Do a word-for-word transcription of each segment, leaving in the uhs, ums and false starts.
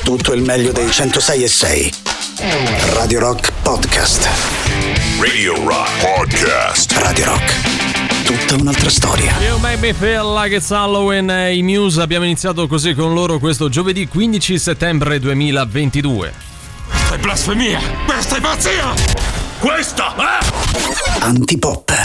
tutto il meglio dei centosei e sei. Radio Rock Podcast. Radio Rock Podcast. Radio Rock. Tutta un'altra storia. You make me feel like it's Halloween. I Muse abbiamo iniziato così con loro questo giovedì quindici settembre duemilaventidue. Questa è blasfemia! Questa è pazzia! Questa è... Antipop.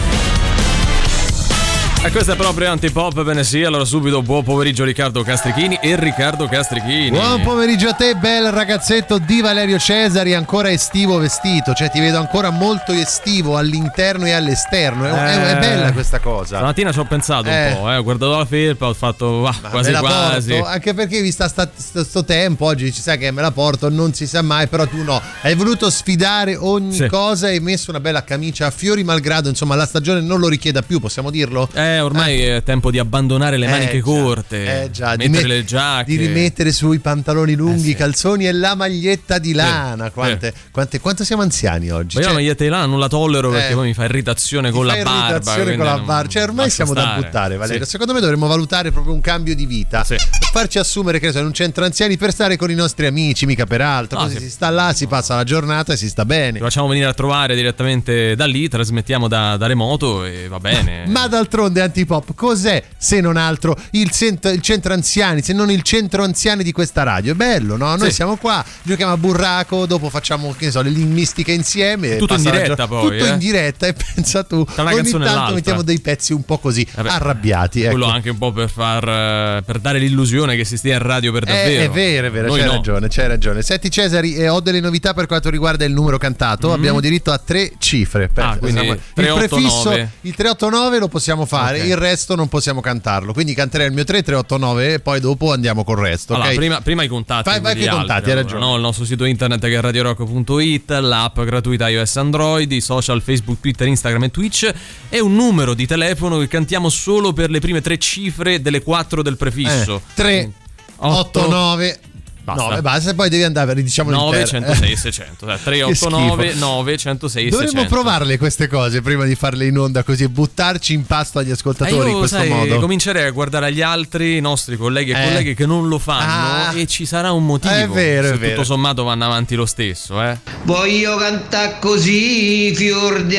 E questa è proprio Antipop, bene sì, allora subito buon pomeriggio Riccardo Castrichini e Riccardo Castrichini. Buon pomeriggio a te, bel ragazzetto di Valerio Cesari, ancora estivo vestito, cioè ti vedo ancora molto estivo all'interno e all'esterno, è, eh, è bella questa cosa. Stamattina ci ho pensato eh. un po', eh. ho guardato la felpa, ho fatto va, quasi quasi. Porto, anche perché vista sta, sta, sto tempo, oggi ci sa che me la porto, non si sa mai, però tu no, hai voluto sfidare ogni sì. cosa e hai messo una bella camicia a fiori malgrado, insomma la stagione non lo richieda più, possiamo dirlo? Eh, ormai eh. è tempo di abbandonare le maniche eh, corte, eh, già. mettere di met- le giacche, di rimettere sui pantaloni lunghi, eh, sì. calzoni e la maglietta di lana. Sì. Quante, sì. quanto, quanto siamo anziani oggi? Ma io cioè, la maglietta di lana non la tollero perché eh, poi mi fa irritazione con la barba. Irritazione con la barba, cioè ormai siamo stare. da buttare, Valerio. Sì. Secondo me dovremmo valutare proprio un cambio di vita, sì. per farci assumere che ne so, in un centro anziani per stare con i nostri amici, mica per altro. No, così sì. si sta là, si passa la giornata e si sta bene. Ci facciamo venire a trovare direttamente da lì, trasmettiamo da, da remoto e va bene. Ma d'altronde Antipop cos'è se non altro il, cent- il centro anziani, se non il centro anziani di questa radio? È bello, no? Noi sì. siamo qua, giochiamo a burraco, dopo facciamo, che ne so, le linguistiche insieme. Tutto in diretta gio- poi. Tutto eh? in diretta e pensa tu, Tra una ogni canzone e tanto l'altra. mettiamo dei pezzi un po' così Vabbè, arrabbiati. Ecco. Quello anche un po' per far per dare l'illusione che si stia in radio per davvero. Eh, è vero, è vero, Noi c'hai no. ragione, c'hai ragione. Senti Cesari, eh, ho delle novità per quanto riguarda il numero cantato. Mm-hmm. Abbiamo diritto a tre cifre. Ah, quindi il tre otto nove. prefisso, il tre otto nove lo possiamo fare, okay. il resto non possiamo cantarlo. Quindi canterei il mio tre tre otto nove e poi dopo andiamo col resto. Allora, Okay? prima, prima i contatti. Vai, vai che i contatti, altri, hai allora, ragione. no? Il nostro sito internet che è radio rock punto it, l'app gratuita iOS Android, i social Facebook, Twitter, Instagram e Twitch e un numero di telefono che cantiamo solo per le prime tre cifre delle quattro del prefisso. Eh, tre otto nove Basta. No, basta, poi devi andare, ridiciamo nove centosei e seicento, cioè tre otto nove nove centosei e seicento. Dovremmo provarle queste cose prima di farle in onda così e buttarci in pasto agli ascoltatori eh io, in questo sai, modo. Comincerei a guardare agli altri nostri colleghi e eh. colleghe che non lo fanno ah. e ci sarà un motivo. È vero, se è vero. tutto sommato vanno avanti lo stesso, eh. Voglio cantare così, fior di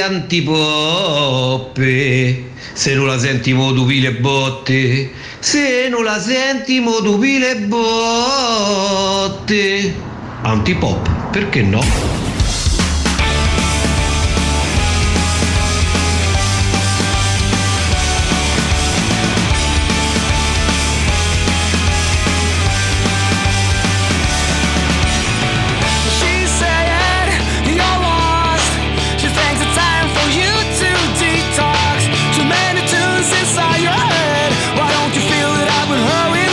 antipoppe. Se non la senti mo tu pile botte, se non la senti mo tu pile botte. Antipop, perché no?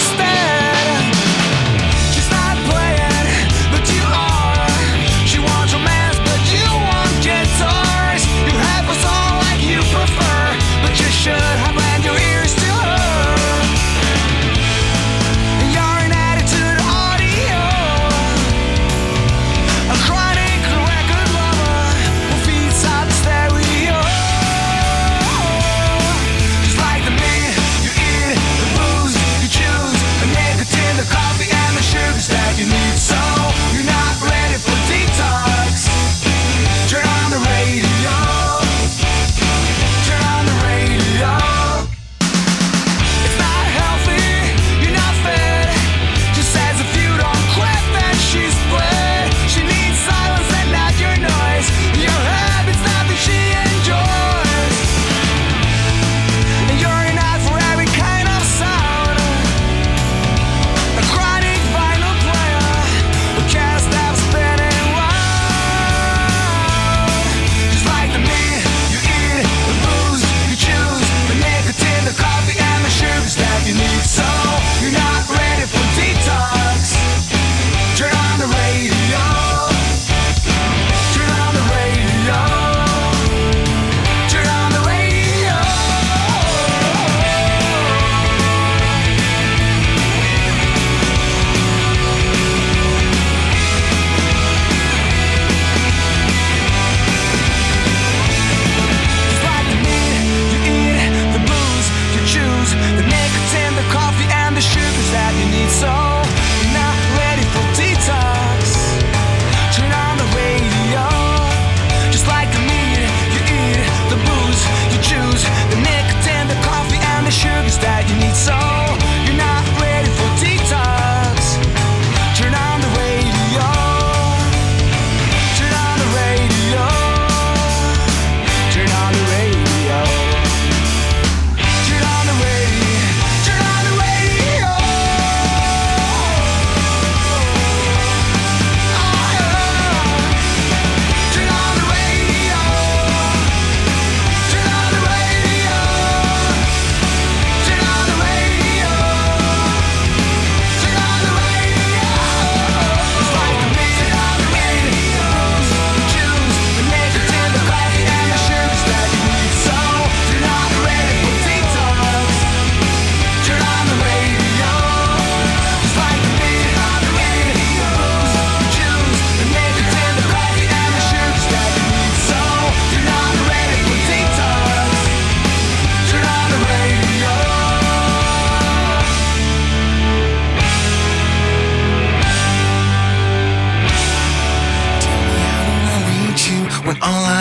She's not playing, but you are. She wants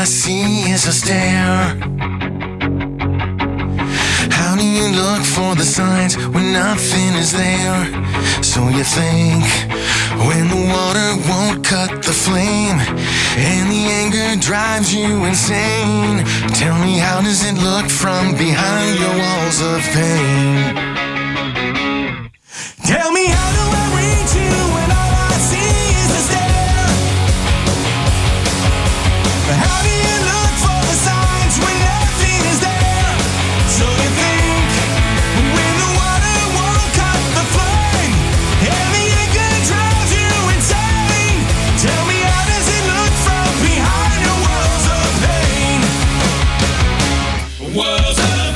I see is a stare. How do you look for the signs when nothing is there? So you think when the water won't cut the flame and the anger drives you insane. Tell me, how does it look from behind your walls of pain? Tell me, how do I reach you when all I see is a stare? How do you look for the signs when nothing is there? So you think when the water won't cut the flame and the anger drives you insane. Tell me, how does it look from behind your walls of pain? Walls of pain.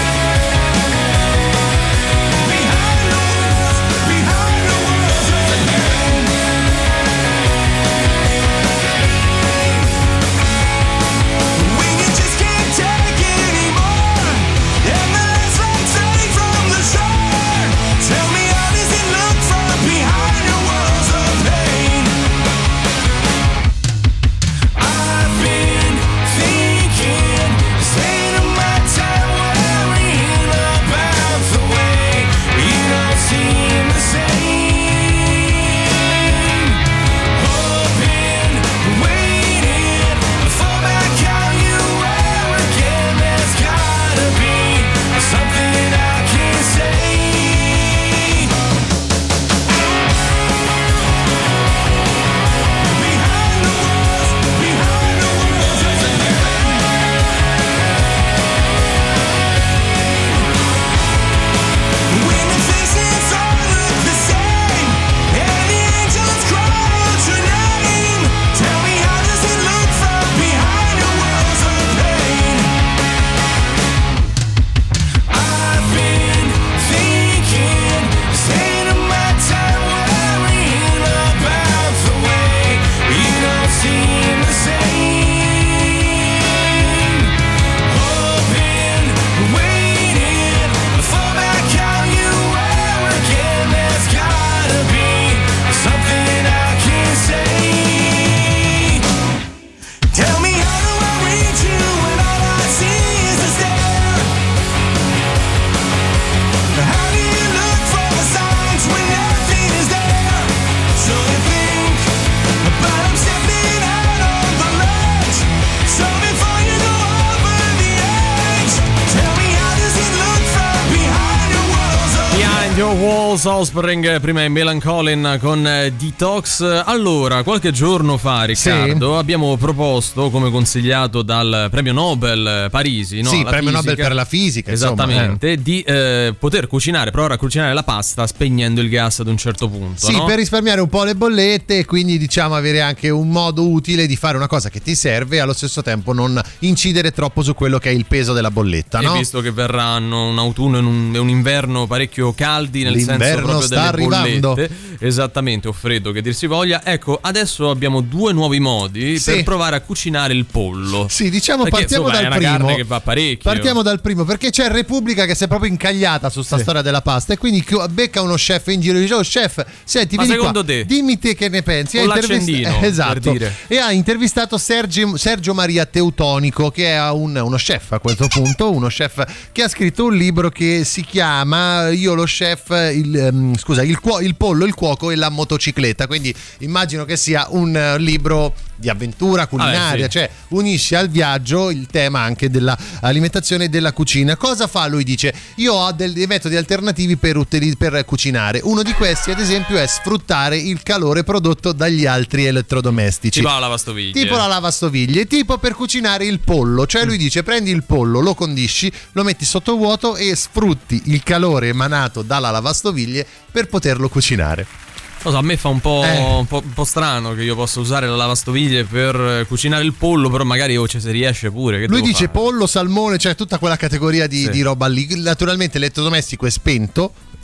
Offspring, prima è Melancholy con Detox. Allora, qualche giorno fa, Riccardo, sì, abbiamo proposto, come consigliato dal premio Nobel Parisi, no? Sì, la premio fisica, Nobel per la fisica, esattamente, insomma, eh. di eh, poter cucinare, provare a cucinare la pasta spegnendo il gas ad un certo punto. Sì, no? per risparmiare un po' le bollette e quindi, diciamo, avere anche un modo utile di fare una cosa che ti serve e allo stesso tempo non incidere troppo su quello che è il peso della bolletta, e no? visto che verranno un autunno e un, un inverno parecchio caldi, nel L'inverno senso proprio sta delle arrivando. bollette, esattamente, o freddo che dir si voglia, ecco, adesso abbiamo due nuovi modi, sì, per provare a cucinare il pollo. Sì, diciamo, perché, partiamo insomma, dal è una primo. carne che va parecchio. Partiamo dal primo, perché c'è Repubblica che si è proprio incagliata su sta sì. storia della pasta, e quindi becca uno chef in giro e dice: oh chef, senti, ma vieni secondo qua, te? dimmi te che ne pensi. Con ha l'accendino, intervist- esatto, per dire. E ha intervistato Sergio, Sergio Maria Teutonico, che è un, uno chef a questo punto, uno chef che ha scritto un libro che si chiama Io lo chef, il, um, scusa, il, cuo- il pollo, il cuoco e la motocicletta, quindi immagino che sia un uh, libro di avventura culinaria, ah, sì. cioè unisce al viaggio il tema anche dell'alimentazione e della cucina. Cosa fa? Lui dice: io ho dei metodi alternativi per, utili- per cucinare. Uno di questi, ad esempio, è sfruttare il calore prodotto dagli altri elettrodomestici, tipo la lavastoviglie, tipo la lavastoviglie, tipo per cucinare il pollo. Cioè lui dice: prendi il pollo, lo condisci, lo metti sotto vuoto e sfrutti il calore emanato dalla lavastoviglie per poterlo cucinare. Non so, a me fa un po', eh. un po', un po' strano che io possa usare la lavastoviglie per cucinare il pollo, però magari oh, cioè, se riesce pure. Che Lui dice fare? Pollo, salmone, cioè tutta quella categoria di, sì. di roba lì. Naturalmente l'elettrodomestico è spento,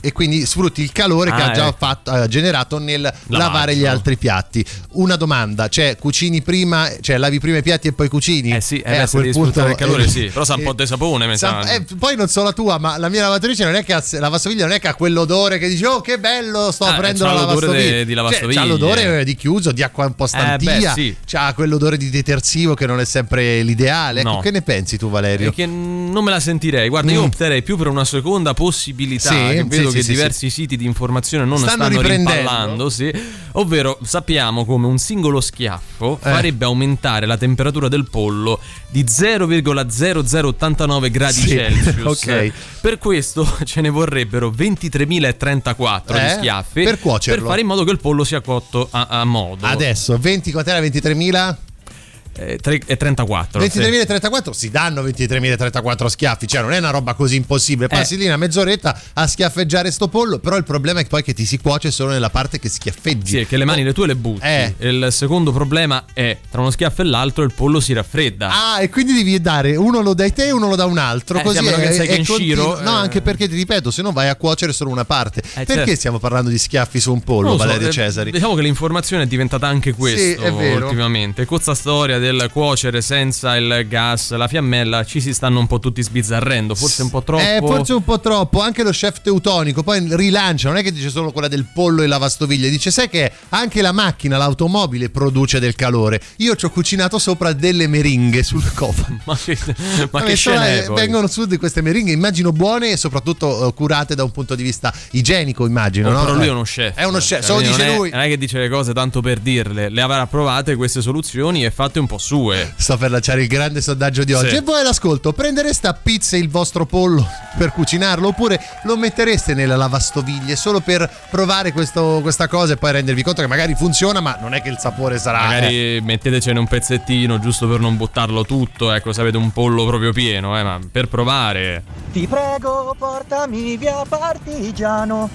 e quindi sfrutti il calore ah, che ha già ecco. fatto, ha generato nel Lavaggio. lavare gli altri piatti. Una domanda, cioè cucini prima, cioè lavi prima i piatti e poi cucini? Eh sì, eh a beh, se quel devi punto, sfruttare il calore eh, sì, però sa un eh, po' di sapone, mi sa- sa. eh, poi non so la tua, ma la mia lavatrice non è che ha, la lavastoviglie non è che ha quell'odore che dici oh che bello, sto Ah, aprendo c'ha la l'odore lavastoviglie. de- di lavastoviglie. Cioè, c'ha l'odore di chiuso, di acqua un po' stantia, Eh, beh, sì. c'ha quell'odore di detersivo che non è sempre l'ideale. Ecco, No. che ne pensi tu, Valerio? È che non me la sentirei. Guarda, io Mm. opterei più per una seconda possibilità. Sì, che vedo sì, che sì, diversi siti di informazione non Stanno stanno, riprendendo. rimpallando, sì. Ovvero, sappiamo come un singolo schiaffo Eh. farebbe aumentare la temperatura del pollo di zero virgola zero zero ottantanove gradi Sì, Celsius. ok. Per questo ce ne vorrebbero ventitremilatrentaquattro di Eh? schiaffi Per cuocerlo. per fare in modo che il pollo sia cotto a, a modo. Adesso venti quant'era? ventitremila? Eh, tre- e trentaquattro. sì. ventitremila e trentaquattro si danno ventitremila e trentaquattro schiaffi, cioè non è una roba così impossibile. Passi Eh. lì una mezz'oretta a schiaffeggiare sto pollo, però il problema è poi che ti si cuoce solo nella parte che schiaffeggi. Sì, è che le mani le tue le butti. Eh. Il secondo problema è tra uno schiaffo e l'altro il pollo si raffredda. Ah, e quindi devi dare uno lo dai te e uno lo dà un altro. Eh, così sì, a meno è, che sei è Kenshiro, continuo. No, eh. anche perché ti ripeto, se no vai a cuocere solo una parte. Eh, perché certo. stiamo parlando di schiaffi su un pollo, Non lo so, Valerio eh, Cesari? Diciamo che l'informazione è diventata anche questo è vero. ultimamente. Con sta storia del cuocere senza il gas, la fiammella, ci si stanno un po' tutti sbizzarrendo. Forse un po' troppo. Eh, forse un po' troppo. Anche lo chef teutonico poi rilancia, non è che dice solo quella del pollo e lavastoviglie, dice sai che anche la macchina, l'automobile produce del calore. Io ci ho cucinato sopra delle meringhe sul cofano. Ma che, ma Vabbè, che scena insomma, è poi? vengono su di queste meringhe, immagino buone e soprattutto eh, curate da un punto di vista igienico, immagino. Oh, no? però lui è Eh. uno chef. È uno chef, se lo quindi dice non è, lui. Non è che dice le cose tanto per dirle, le avrà provate queste soluzioni e fatte un po' sue. Sto per lanciare il grande sondaggio di oggi. Sì. E voi all'ascolto, prendereste a pizze il vostro pollo per cucinarlo oppure lo mettereste nella lavastoviglie solo per provare questo, questa cosa e poi rendervi conto che magari funziona, ma non è che il sapore sarà. Magari eh. mettetecene un pezzettino giusto per non buttarlo tutto. Ecco, se avete un pollo proprio pieno, eh, ma per provare. Ti prego, portami via partigiano.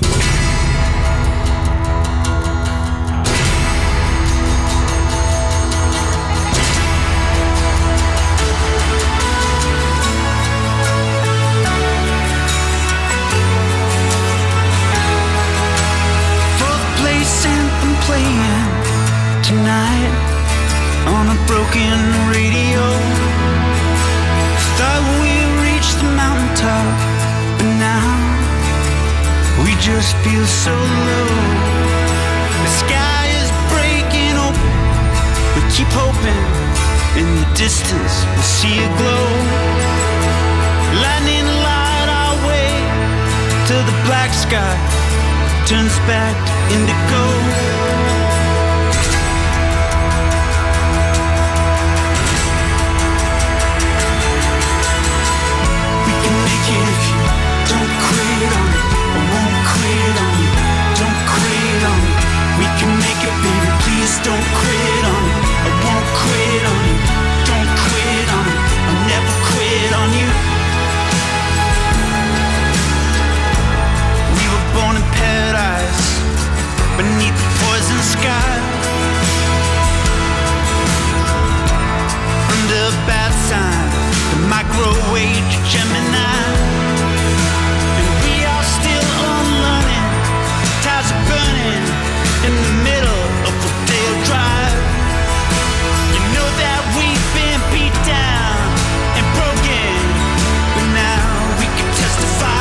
Fourth place anthem playing tonight on a broken radio. Thought we reached the mountaintop, but now we just feel so low. The sky is breaking open, we keep hoping in the distance we'll see a glow. Lightning light our way till the black sky turns back to indigo. We can make it if you don't quit on me. I won't quit on you. Don't quit on me. We can make it, baby. Please don't quit on me. I won't quit on you. Don't quit on me. I'll never quit on you. We were born in paradise beneath the poison sky. Under a bad sign, the microwave Gemini. And we are still unlearning. Tires are burning in the middle of Rodeo Drive. You know that we've been beat down and broken, but now we can testify.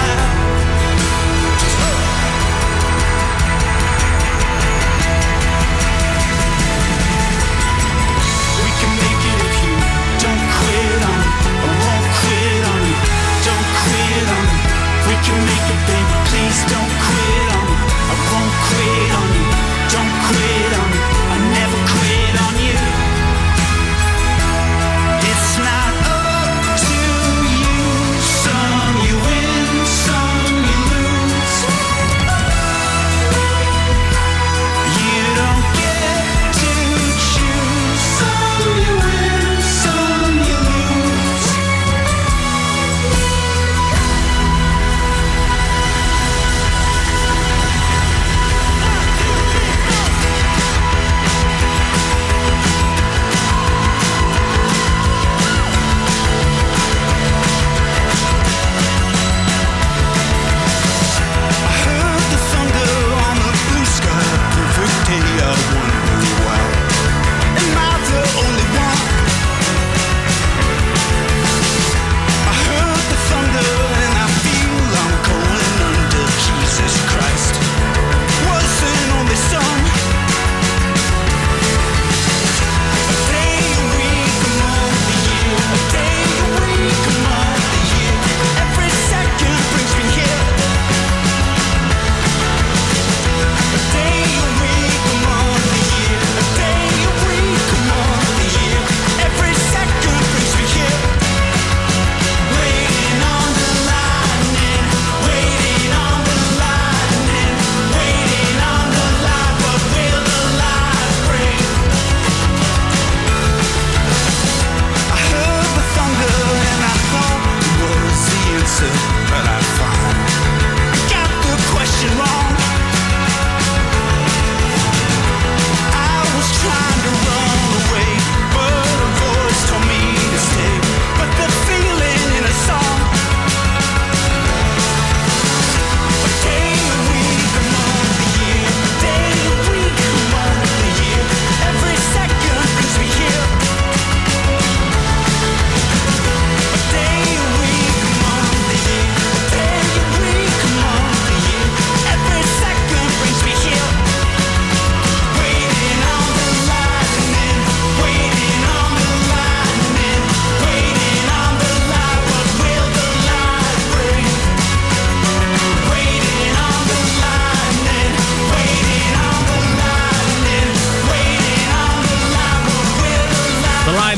We can make it if you don't quit on me. I won't quit on you. Don't quit.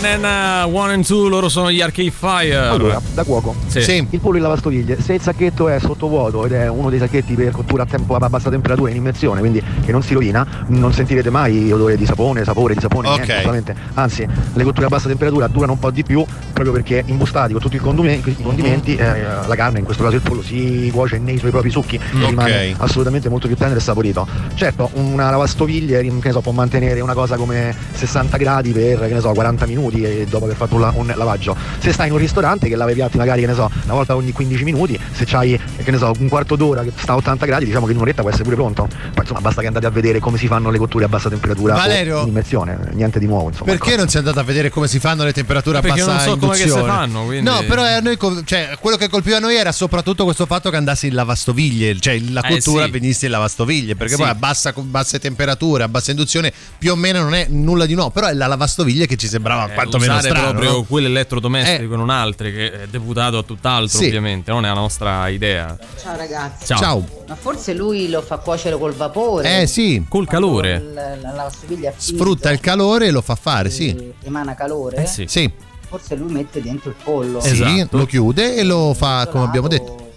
One and uh, One and Two, loro sono gli Arcade Fire. Allora, da cuoco. Sì. Sì. Il pollo in lavastoviglie, se il sacchetto è sottovuoto ed è uno dei sacchetti per cottura a tempo a bassa temperatura in immersione, quindi che non si rovina, non sentirete mai odore di sapone, sapore di sapone, Ok. niente, assolutamente. Anzi, le cotture a bassa temperatura durano un po' di più proprio perché imbustati con tutti i condimenti, i condimenti eh, la carne, in questo caso il pollo, si cuoce nei suoi propri succhi e Ok. rimane assolutamente molto più tenero e saporito. Certo, una lavastoviglie che ne so, può mantenere una cosa come sessanta gradi per che ne so, quaranta minuti e dopo aver fatto un, la- un lavaggio. Se stai in un ristorante che lava i piatti magari che ne so, una volta ogni quindici minuti, se c'hai che ne so, un quarto d'ora che sta a ottanta gradi, diciamo che in un'oretta può essere pure pronto. Poi insomma basta che andate a vedere come si fanno le cotture a bassa temperatura o Valerio, in immersione, niente di nuovo insomma. perché non sei andato a vedere come si fanno le temperature a Perché bassa non so come che si induzione? fanno, quindi- No, però a noi, co- cioè, quello che colpiva noi era soprattutto questo fatto che andassi in lavastoviglie, cioè la Eh, cottura sì. venisse in lavastoviglie, perché Sì. poi a bassa, basse temperature, a bassa induzione più o meno non è nulla di nuovo, però è la lavastoviglie che ci sembrava Eh, quantomeno usare strano, proprio no? quello elettrodomestico Eh. e non altri, che è deputato a tutt'altro, Sì. ovviamente, non è la nostra idea. Ciao ragazzi. Ciao. Ciao. Ma forse lui lo fa cuocere col vapore. Eh sì, Col calore. Il- La lavastoviglie è finita, sfrutta il calore e lo fa fare, sì. e emana calore. Eh sì. Sì, Forse lui mette dentro il pollo. sì, Esatto. lo chiude e lo fa come abbiamo detto.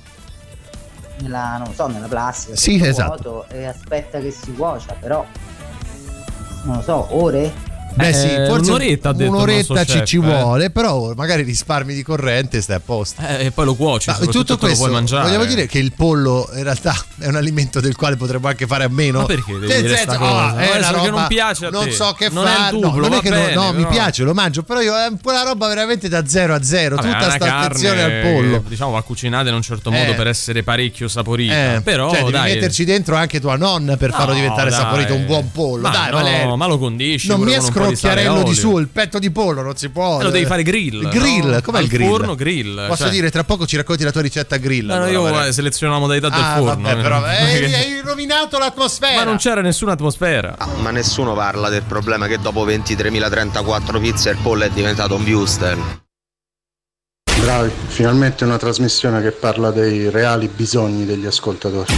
Nella, non so, nella plastica. Sì, tutto esatto. vuoto, e aspetta che si cuocia, però non lo so, ore? Beh Eh, sì, forse un'oretta ha detto il un'oretta nostro ci, chef, ci eh. vuole, però magari risparmi di corrente e stai a posto. Eh, e poi lo cuoci, Ma soprattutto tutto te lo questo puoi mangiare. vogliamo dire che il pollo in realtà è un alimento del quale potremmo anche fare a meno. Ma perché devi Nel dire senso, sta cosa? ah, è Adesso una che roba non piace a non te. so che Non è il fare. tublo, no, non va è che no- bene, no, mi però. piace, lo mangio, però io è quella roba veramente da zero a zero, Vabbè, tutta è una sta carne attenzione al pollo. che, diciamo, va cucinata in un certo modo Eh. per essere parecchio saporita. Eh, però cioè, devi dai, metterci dentro anche tua nonna per farlo No, diventare dai. saporito un buon pollo. Ma dai, no, Valerio. ma lo condisci Non pure mi è con un po' di sale e scrocchiarello di olio. su, il petto di pollo non si può. E lo devi fare grill. Il grill, no? com'è Al il grill? forno grill. Posso cioè- dire, tra poco ci racconti la tua ricetta grill. No, no, allora, io Valerio. eh, seleziono la modalità del Ah, forno. vabbè, però eh. hai, hai rovinato l'atmosfera. Ma non c'era nessuna atmosfera. Ma nessuno parla del problema che dopo ventitremilatrentaquattro pizze il pollo è diventato un Wuster. Bravi, finalmente una trasmissione che parla dei reali bisogni degli ascoltatori.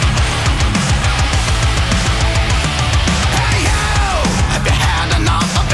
Have you had enough of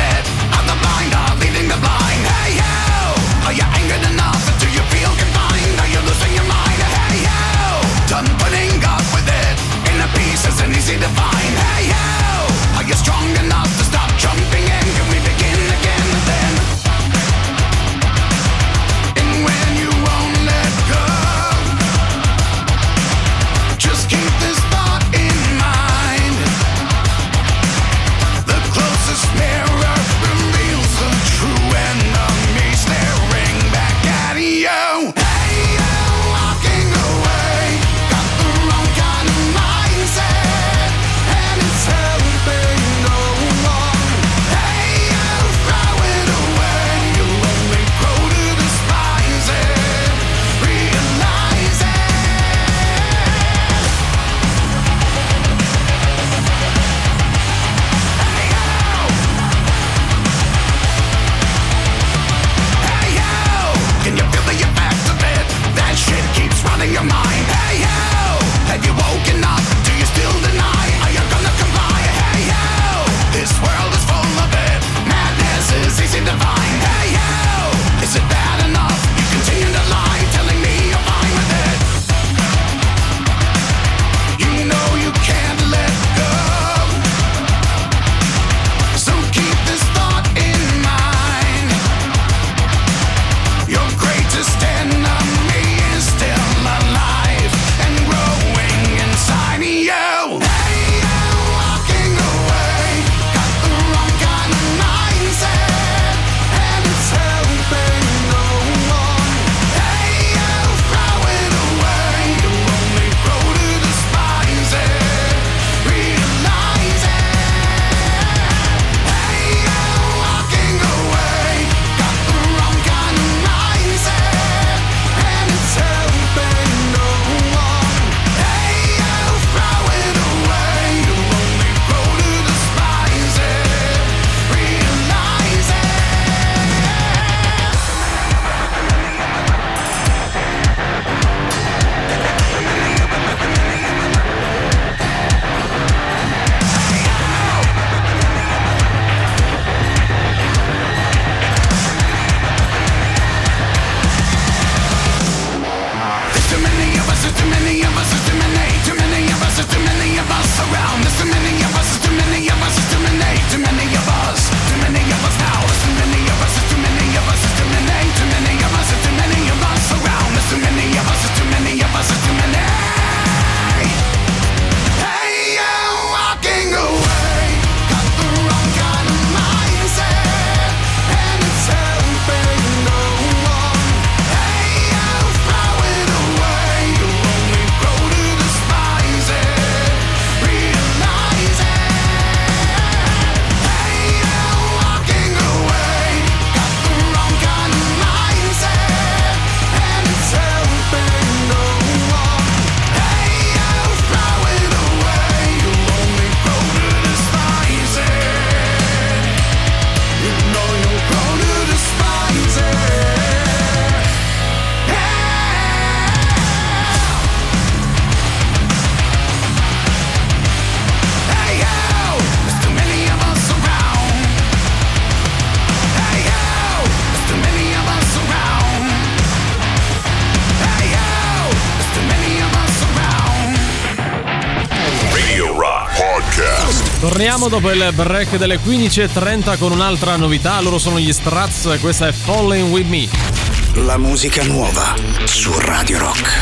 Torniamo dopo il break delle quindici e trenta con un'altra novità. Loro sono gli Strats, questa è Falling With Me. La musica nuova su Radio Rock.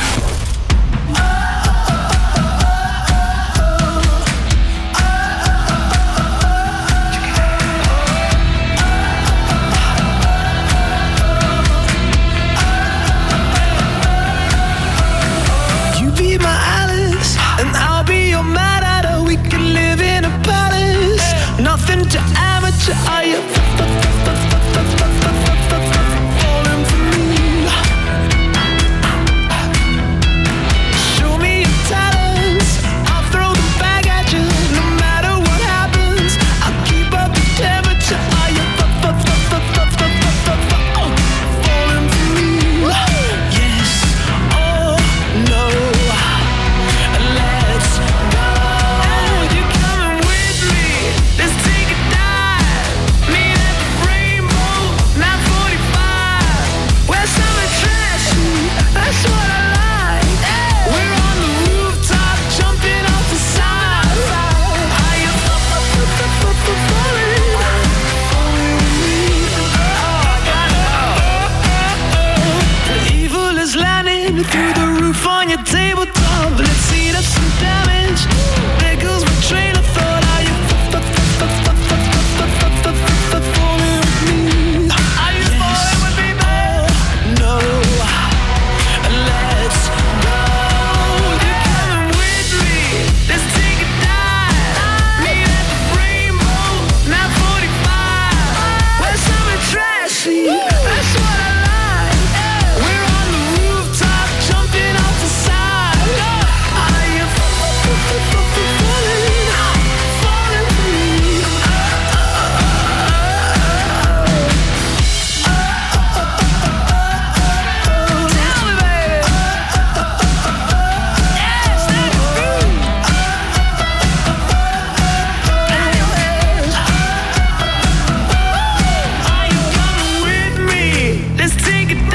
Nothing to amateur, are you falling for me? Show me your talents, I'll throw the bag at you. No matter what happens, I'll keep up the temperature. Are you falling for me? Yes, oh no, let's go. You coming with me? Let's take a dive. Meet at the Rainbow nine forty-five. Wear something trashy, that's what I like. We're on the rooftop, jumping off the side. Are you falling? Falling with me? Oh, I got it. The evil is landing through the roof on your tabletop. Let's see up some damage. There goes my train of thought. Are you falling with me? Are you falling with me, babe? No, let's go. You're coming with me. Let's take a dive. Meet at the Rainbow nine forty-five. Wear something trashy, that's what I like. We're on the rooftop, jumping off the side. Are you falling? Falling for me? Tell me, baby. Yes, that is true. Are you coming with me? Let's take a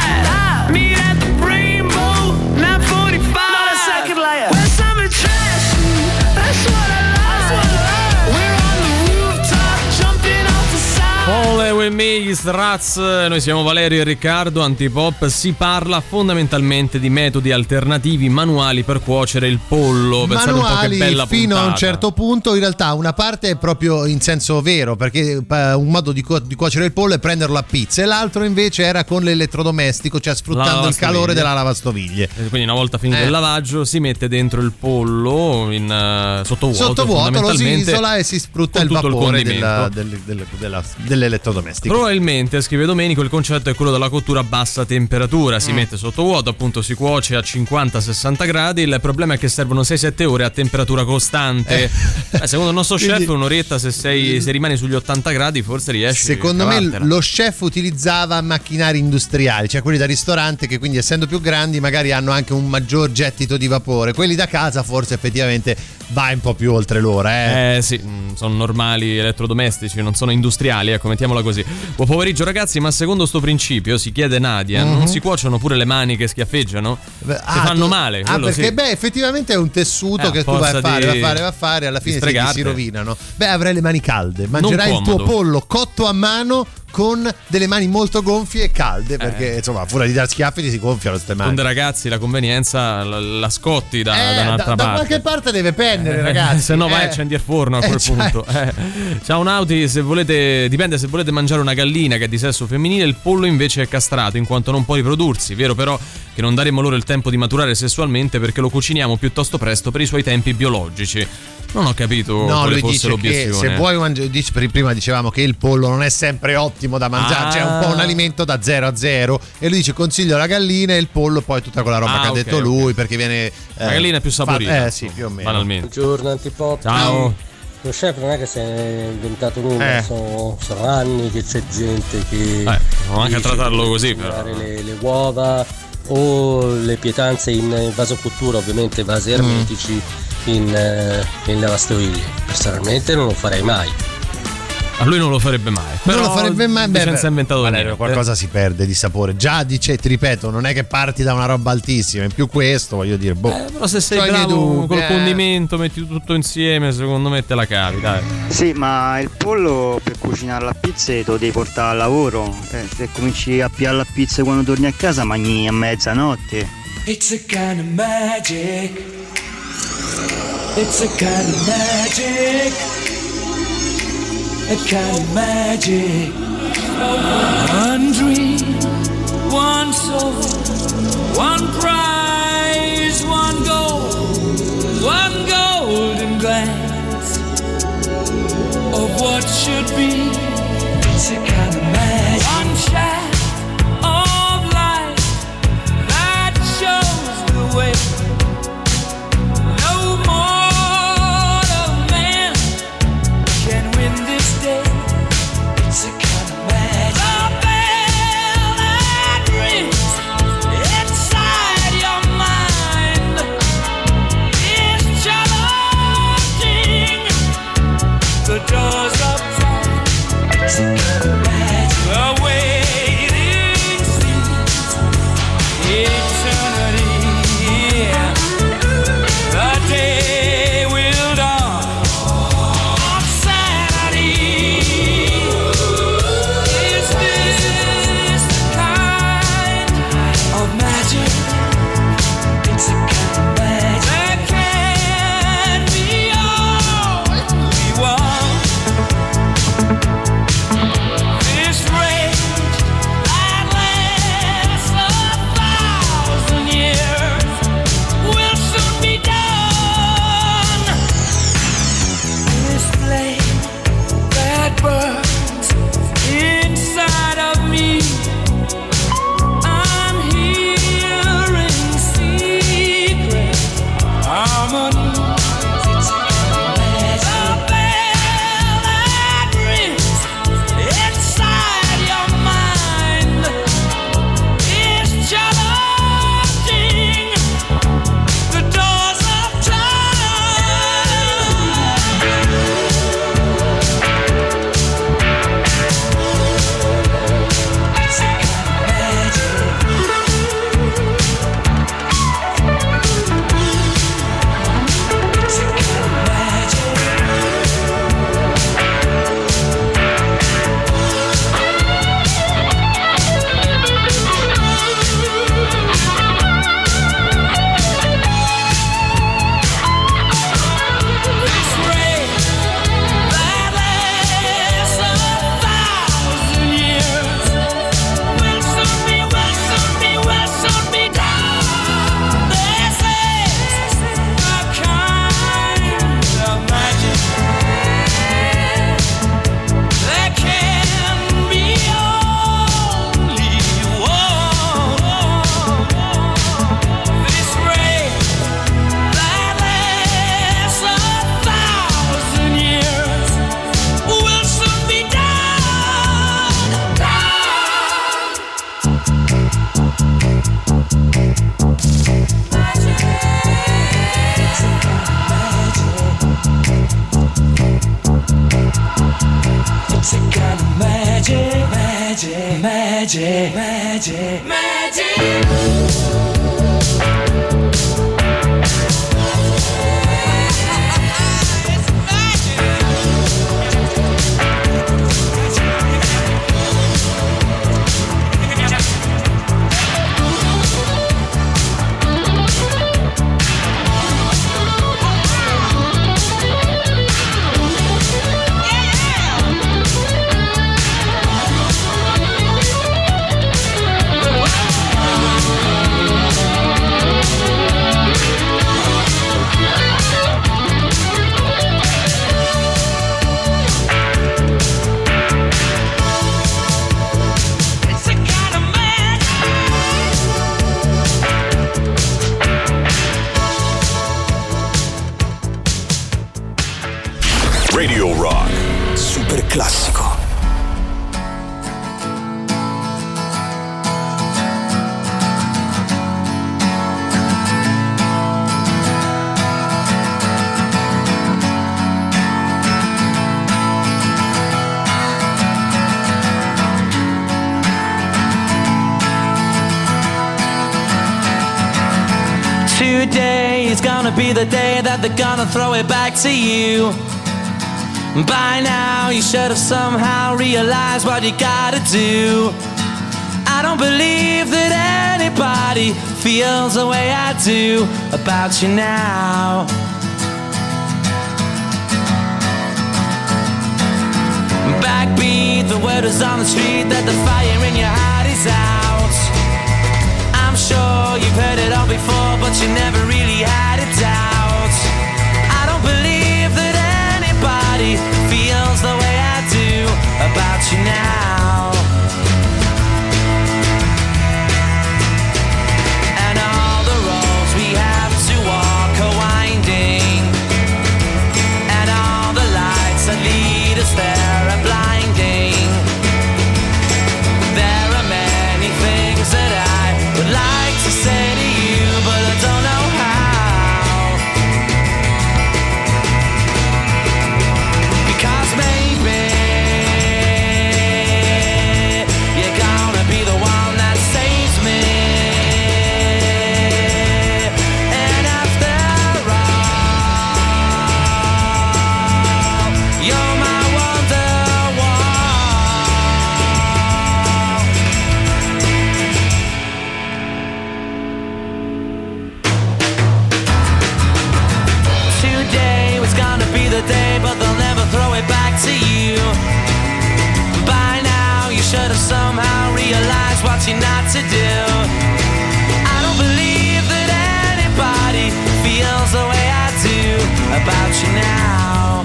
dive. Meet at the Rainbow nine forty-five. Not a second layer. Wear something trashy, that's what I like. We're on the rooftop, jumping off the side. Falling With Me, gli Strats. Noi siamo Valerio e Riccardo, Antipop. Si parla fondamentalmente di metodi alternativi manuali per cuocere il pollo. Pensate un po' che Manuali bella fino a un puntata. certo punto. In realtà una parte è proprio in senso vero, perché eh, un modo di, cu- di cuocere il pollo è prenderlo a pizza, e l'altro invece era con l'elettrodomestico, cioè sfruttando il calore della lavastoviglie. Quindi una volta finito Eh. il lavaggio si mette dentro il pollo in uh, sottovuoto, Sottovuoto lo si fondamentalmente, isola e si sfrutta con il tutto il vapore condimento. della- del- del- della- dell'elettrodomestico. Probabilmente, scrive Domenico, il concetto è quello della cottura a bassa temperatura. Si Mm. mette sottovuoto, appunto si cuoce a cinquanta sessanta gradi. Il problema è che servono sei sette ore a temperatura costante. Eh. Eh, secondo il nostro Quindi- chef un'oretta, se, sei, se rimani sugli ottanta gradi forse riesci Secondo a me cavartela. lo chef utilizzava macchinari industriali, cioè quelli da ristorante, che quindi essendo più grandi magari hanno anche un maggior gettito di vapore. Quelli da casa forse effettivamente vai un po' più oltre l'ora, eh. Eh sì, mm, sono normali elettrodomestici, non sono industriali, ecco, mettiamola così. Buon pomeriggio ragazzi, ma secondo sto principio, si chiede Nadia, Mhm. non si cuociono pure le mani che schiaffeggiano? Beh, Che ah, fanno tu- male, Ah, quello perché sì. beh, effettivamente è un tessuto Eh, che a tu vai a forza fare, di- vai a fare, vai a fare, alla di fine si, si stregarti. rovinano. Beh, avrai le mani calde, mangerai il tuo comodo. pollo cotto a mano con delle mani molto gonfie e calde, perché insomma, fuori di dar schiaffi ti si gonfiano queste mani. Con dei ragazzi la convenienza la, la scotti da, Eh, da un'altra da, da parte. qualche parte deve pendere, Eh, ragazzi. se no vai eh. a accendi il forno a quel Eh, cioè- punto. Eh. Ciao Nauti, se volete, dipende se volete mangiare una gallina che è di sesso femminile, il pollo invece è castrato in quanto non può riprodursi. Vero però che non daremo loro il tempo di maturare sessualmente perché lo cuciniamo piuttosto presto per i suoi tempi biologici. Non ho capito No, quale lui fosse dice che l'obiezione. se vuoi mangiare, dice, prima dicevamo che il pollo non è sempre ottimo da mangiare, Ah. cioè è un po' un alimento da zero a zero, e lui dice consiglio la gallina e il pollo poi tutta quella roba Ah, che ha ok, detto ok. lui, perché viene eh, La gallina è più saporita, fa- eh sì, più o meno. banalmente. Buongiorno Antipop. Ciao. Lo chef non è che si è inventato nulla, Eh. sono, sono anni che c'è gente che Eh, non anche a dice trattarlo di così, cucinare però. le, le uova o le pietanze in, in vasocottura, ovviamente vasi ermetici in, eh, in lavastoviglie. Personalmente non lo farei mai. A lui non lo farebbe mai. Però non lo farebbe mai. Beh, senza inventato Valerio, niente. qualcosa si perde di sapore. Già dice, ti ripeto, non è che parti da una roba altissima, in più questo, voglio dire, boh. Eh, però se sei C'ho i miei bravo dubbi, col eh. condimento, metti tutto insieme, secondo me te la cavi, dai. Sì, ma il pollo per cucinare la pizza te lo devi portare al lavoro. Eh, se cominci a piare la pizza quando torni a casa, mangi a mezzanotte. It's a kind of magic. It's a kind of magic. A kind of magic. One dream, one soul, one prize, one goal, one golden glance of what should be. It's a kind of magic. One shot of light that shows the way. No mortal man can win this day. It's a kind of magic. The bell that rings inside your mind is challenging the doors of time. It's a kind of magic. The waiting seems eternity. Yeah. The day will dawn on Saturday. Is this the kind of magic? It's a kind of magic that can be all we want. This rage that lasts a thousand years will soon be done. This flame that burns inside of me, I'm hearing secret harmonies. It's a kind of magic. The bell that rings inside your mind is challenging the doors of time. It's a kind of magic. It's a kind of This rage that lasts a thousand years will soon be, will soon be, will soon be done. This is a kind of magic that can be only one. This rage that lasts a thousand years will soon be done. It's a kind of magic, magic, magic, magic, magic. It's a kind of Radio Rock. Super classico. Today is gonna be the day that they're gonna throw it back to you. By now you should have somehow realized what you gotta do. I don't believe that anybody feels the way I do about you now. Backbeat, the word is on the street that the fire in your heart is out. I'm sure you've heard it all before, but you never really had a doubt. I don't believe that anybody feels the way I do about you now. And all the roads we have to walk are winding, and all the lights that lead us there are blinding. There are many things that I would like to say to you, but I don't know how. Because maybe you're gonna be the one that saves me. And after all, you're my Wonderwall. Today was gonna be the day, but they'll never throw it back to you. By now you should have somehow realized what you're not to do. I don't believe that anybody feels the way I do about you now.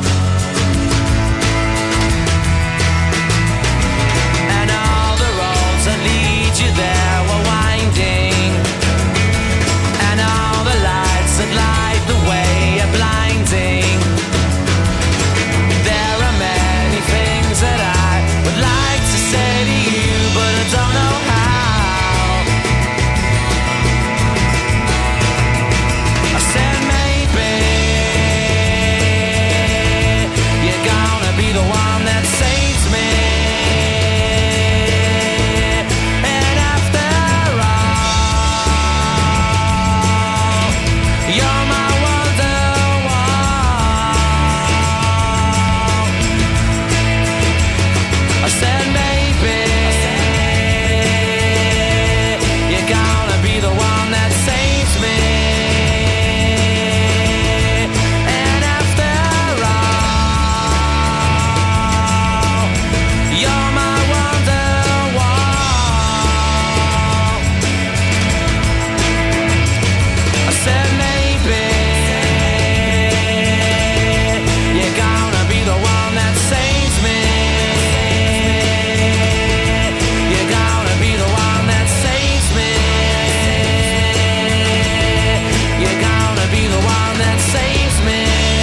And all the roads that lead you there were winding, and all the lights that light the way are blinding. There are many things that I would like to say to you, but I don't know how. I said maybe you're gonna be the one that saves me. And after all, you're my Wonderwall. I said maybe you're gonna be the one that saves me. And after all, you're my Wonderwall. I said maybe you're gonna be the one that saves me. You're gonna be the one that saves me. You're gonna be the one that saves me.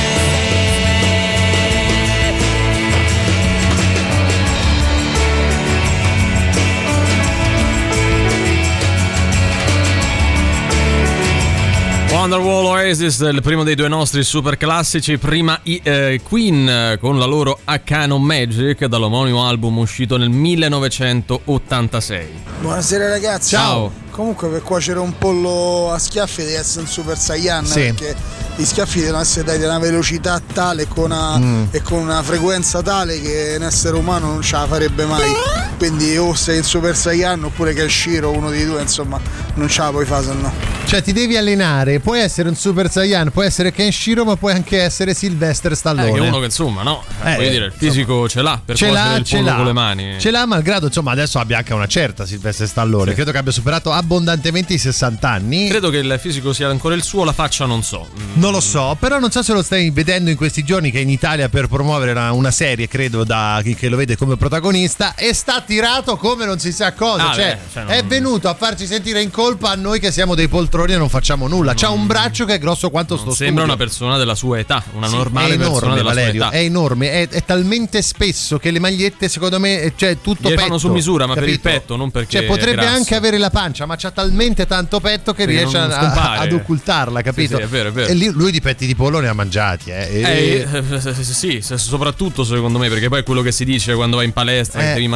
Wonderwall Oasis, il primo dei due nostri super classici. Prima i eh, Queen eh, con la loro Arcano Magic dall'omonimo album uscito nel millenovecentottantasei. Buonasera ragazzi. Ciao. Comunque per cuocere un pollo a schiaffi devi essere un Super Saiyan, Sì. perché gli schiaffi devono essere dati a una velocità tale e con una, Mm. e con una frequenza tale che un essere umano non ce la farebbe mai. Quindi o sei il Super Saiyan oppure Kenshiro, uno dei due, insomma, non ce la puoi fare se no. Cioè ti devi allenare, puoi essere un Super Saiyan, puoi essere Kenshiro, ma puoi anche essere Sylvester Stallone. Eh, che uno che insomma, no? Eh, Voglio dire, il fisico ce l'ha per ce cuocere l'ha, il ce pollo l'ha. con le mani. Ce l'ha, malgrado insomma adesso abbia anche una certa Sylvester Stallone. Sì. Credo che abbia superato abbondantemente i sessanta anni. Credo che il fisico sia ancora il suo, la faccia non so. Non lo so, però non so se lo stai vedendo in questi giorni che in Italia per promuovere una, una serie, credo, da chi che lo vede come protagonista, e sta tirato come non si sa cosa. Ah, cioè, beh, cioè non- è venuto a farci sentire in colpa a noi che siamo dei poltroni e non facciamo nulla. C'ha un braccio che è grosso quanto sto Non studio. sembra una persona della sua età, una Sì, normale è enorme, persona della Valerio, sua età. è enorme, è, è talmente spesso che le magliette secondo me cioè tutto Gliele petto. fanno su misura, ma per il capito? petto, non perché Cioè potrebbe è grasso. anche avere la pancia, ma c'ha talmente tanto petto che Sì, riesce non a- scompare. ad occultarla, capito? Sì, sì, è vero, è vero. E lì, lui di petti di pollo ne ha mangiati, eh. E- Eh, eh, sì, sì, soprattutto secondo me, perché poi è quello che si dice quando vai in palestra, Eh. che devi mangiare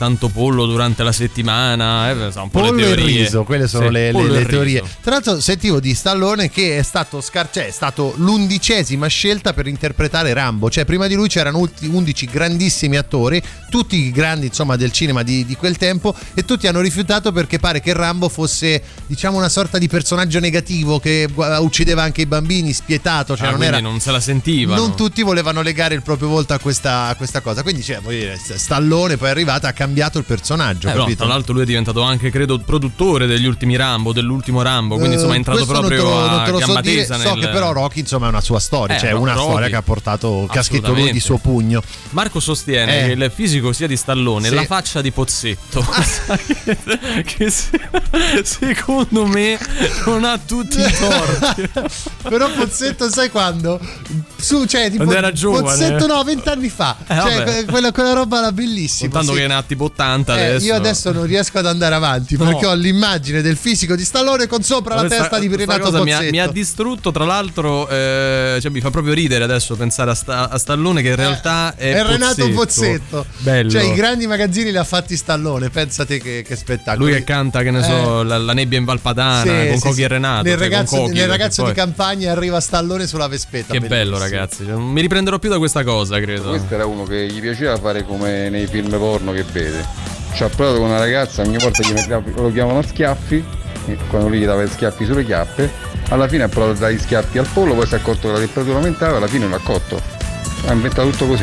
tanto pollo durante la settimana, eh, so, un po' pollo le e teorie. riso, quelle sono Sì, le, le, pollo e le teorie. riso. Tra l'altro sentivo di Stallone che è stato scar- cioè, è stato l'undicesima scelta per interpretare Rambo, cioè prima di lui c'erano ulti- undici grandissimi attori, tutti grandi insomma del cinema di, di quel tempo, e tutti hanno rifiutato perché pare che Rambo fosse, diciamo, una sorta di personaggio negativo che gu- uccideva anche i bambini, spietato, cioè Ah, non quindi era, non se la sentivano. non tutti volevano legare il proprio volto a questa, a questa cosa, quindi cioè, voglio dire, Stallone poi è arrivato, ha cambiato il personaggio, Eh, no, capito? tra l'altro lui è diventato anche, credo, produttore degli ultimi Rambo, dell'ultimo Rambo, quindi insomma è entrato Eh, questo proprio non te lo, non a te lo so gamba dire, tesa so nel... che però Rocky insomma è una sua storia, Eh, cioè Ro- una Rocky. storia che ha portato, che ha scritto lui Assolutamente. di suo pugno. Marco sostiene Eh. che il fisico sia di Stallone, Sì. la faccia di Pozzetto, che, che se- secondo me non ha tutti i torti. Però Pozzetto sai quando? Su, cioè tipo Quando era giovane. Pozzetto no, vent'anni fa, Eh, cioè vabbè. que- quella, quella roba là bellissima. Tanto sì. che ne ha tipo ottanta Eh, adesso. io adesso non riesco ad andare avanti No. perché ho l'immagine del fisico di Stallone con sopra la Questa- testa di questa Renato cosa mi ha, Pozzetto. mi ha distrutto, tra l'altro, eh, cioè mi fa proprio ridere adesso pensare a, Sta- a Stallone che in realtà è, È Renato Pozzetto. Pozzetto. Bello. Cioè i grandi magazzini li ha fatti Stallone, pensate che, che spettacolo. Lui che canta, che ne so, Eh. la, la nebbia in Valpadana Sì, con sì, Cochi sì. e Renato. Nel, cioè, ragazzo, con Cochi, nel perché ragazzo poi- di campagna arriva Stallone sulla Vespetta. Che bello, bellissimo. ragazzi. Cioè, non mi riprenderò più da questa cosa, credo. Questo era uno che gli piaceva fare come nei film porno che vede. Ci ha provato con una ragazza, ogni volta gli metteva, lo chiamavano schiaffi, e quando lui gli dava gli schiaffi sulle chiappe, alla fine ha provato a dare gli schiaffi al pollo, poi si è accorto che la temperatura aumentava e alla fine l'ha cotto. Ha inventato tutto così.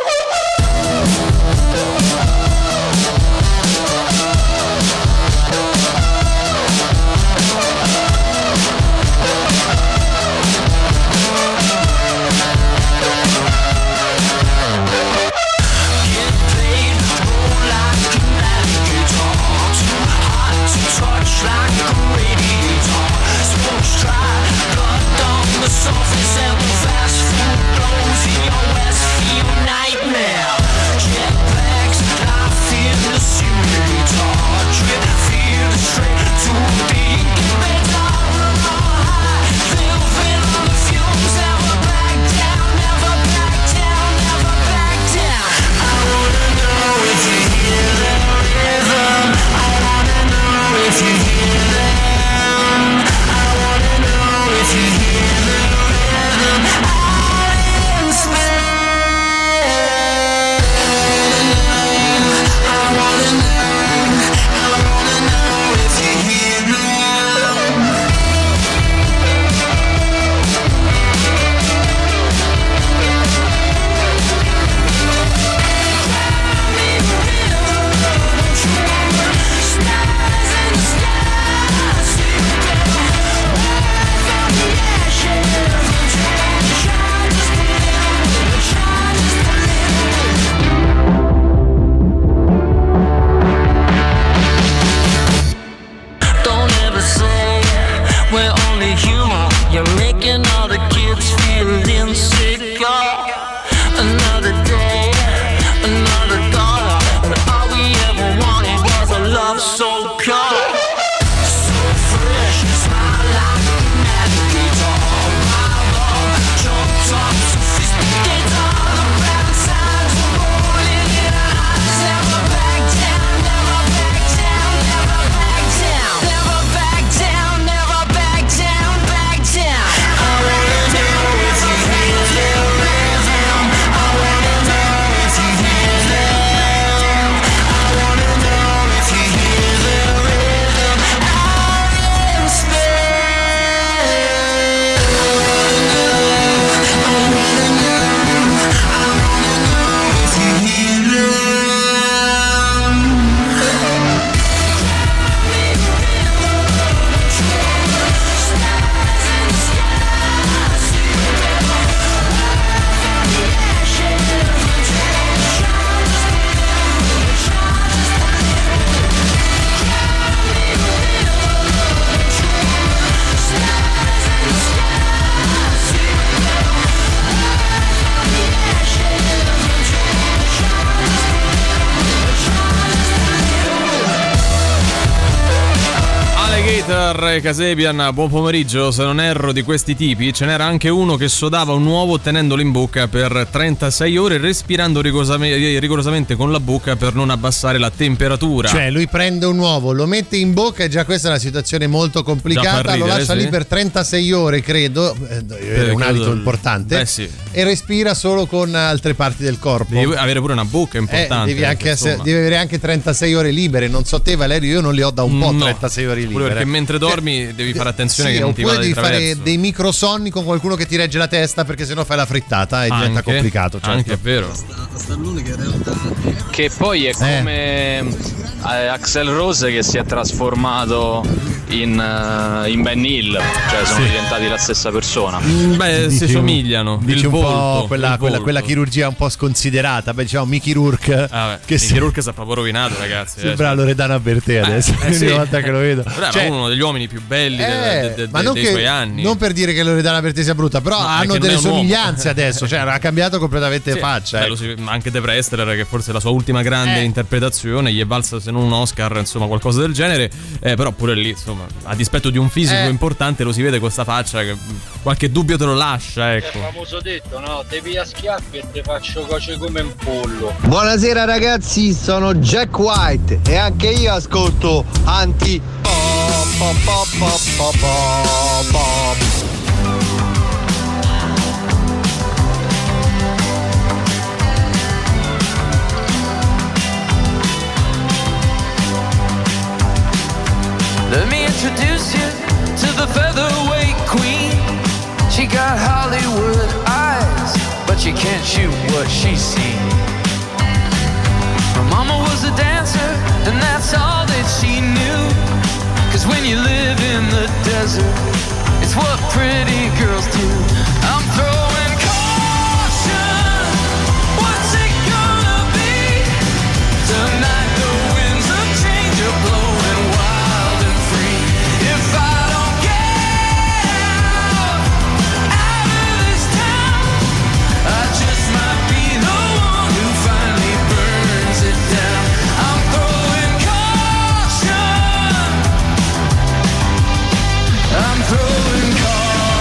Touch like a radiator, smoke's dry, blood on the surface, and the fast food blows in your Westfield nightmare. Jetpacks, life in the simulator, drip fear straight to the incubator. Living on the fumes, never back down, never back down, never back down. I wanna know if you hear that rhythm. I wanna know if you hear them. I wanna know if you hear the rhythm out in space. I wanna know, I wanna know if you hear them. Don't ever say we're only human. You're making all the kids feel insecure. Another day, another dollar, and all we ever wanted was a love so pure. So fresh, smile like a navigator. My love, jumped up, sophisticated. The rapid signs are rolling in our eyes. Never back down, never back down, never back down. Never back down, never back down, back down. I wanna know if you hear Re Kasabian, buon pomeriggio. Se non erro di questi tipi, ce n'era anche uno che sodava un uovo tenendolo in bocca per trentasei ore, respirando rigorosamente, rigorosamente con la bocca per non abbassare la temperatura. Cioè lui prende un uovo, lo mette in bocca e già questa è una situazione molto complicata, ridere, lo lascia sì. lì per trentasei ore credo, è un alito importante. Beh, sì. E respira solo con altre parti del corpo. Devi avere pure una bocca importante. Eh, devi, anche essere, devi avere anche trentasei ore libere. Non so te Valerio, io non li ho da un po' no, trentasei ore libere. Pure perché mentre dormi eh, devi fare attenzione sì, che non ti vada di traverso. Oppure devi fare dei microsonni con qualcuno che ti regge la testa, perché sennò fai la frittata e anche, diventa complicato. Certo. Anche è vero. Che poi è come eh. Axl Rose che si è trasformato in, uh, in Ben Hill, cioè sono sì. diventati la stessa persona. Beh, dici, si somigliano. Dici il un volto, po' quella, il quella, volto. quella chirurgia un po' sconsiderata. Beh, diciamo Mickey Rourke. Ah, che Mickey si... Rourke si è proprio rovinato, ragazzi. Sembra eh, Loredana Bertè adesso. Eh, eh, sì. Ogni volta che lo vedo. Però cioè, è uno degli uomini più belli eh, de, de, de, ma non dei che, suoi anni. Non per dire che Loredana Bertè sia brutta, però no, hanno delle somiglianze adesso. Cioè, ha cambiato completamente sì, faccia. Beh, eh. lo si, ma anche De Prestler, che forse è la sua ultima grande eh. interpretazione, gli è valsa se non un Oscar, insomma, qualcosa del genere. Eh, però pure lì, insomma, a dispetto di un fisico eh. importante, lo si vede questa faccia che qualche dubbio te lo lascia, ecco. È il famoso detto, no? Te piglia schiaffi e te faccio coce come un pollo. Buonasera ragazzi, sono Jack White e anche io ascolto anti pop pop pop pop pop pop. Let me introduce you to the featherweight queen. She got Hollywood eyes, but she can't shoot what she's seen. Her mama was a dancer, and that's all that she knew. Cause when you live in the desert, it's what pretty girls do. I'm throwing caution. What's it gonna be? Tonight the winds of change are blowing wild and free. If I don't get out, out of this town, I just might be the one who finally burns it down. I'm throwing caution. I'm throwing caution.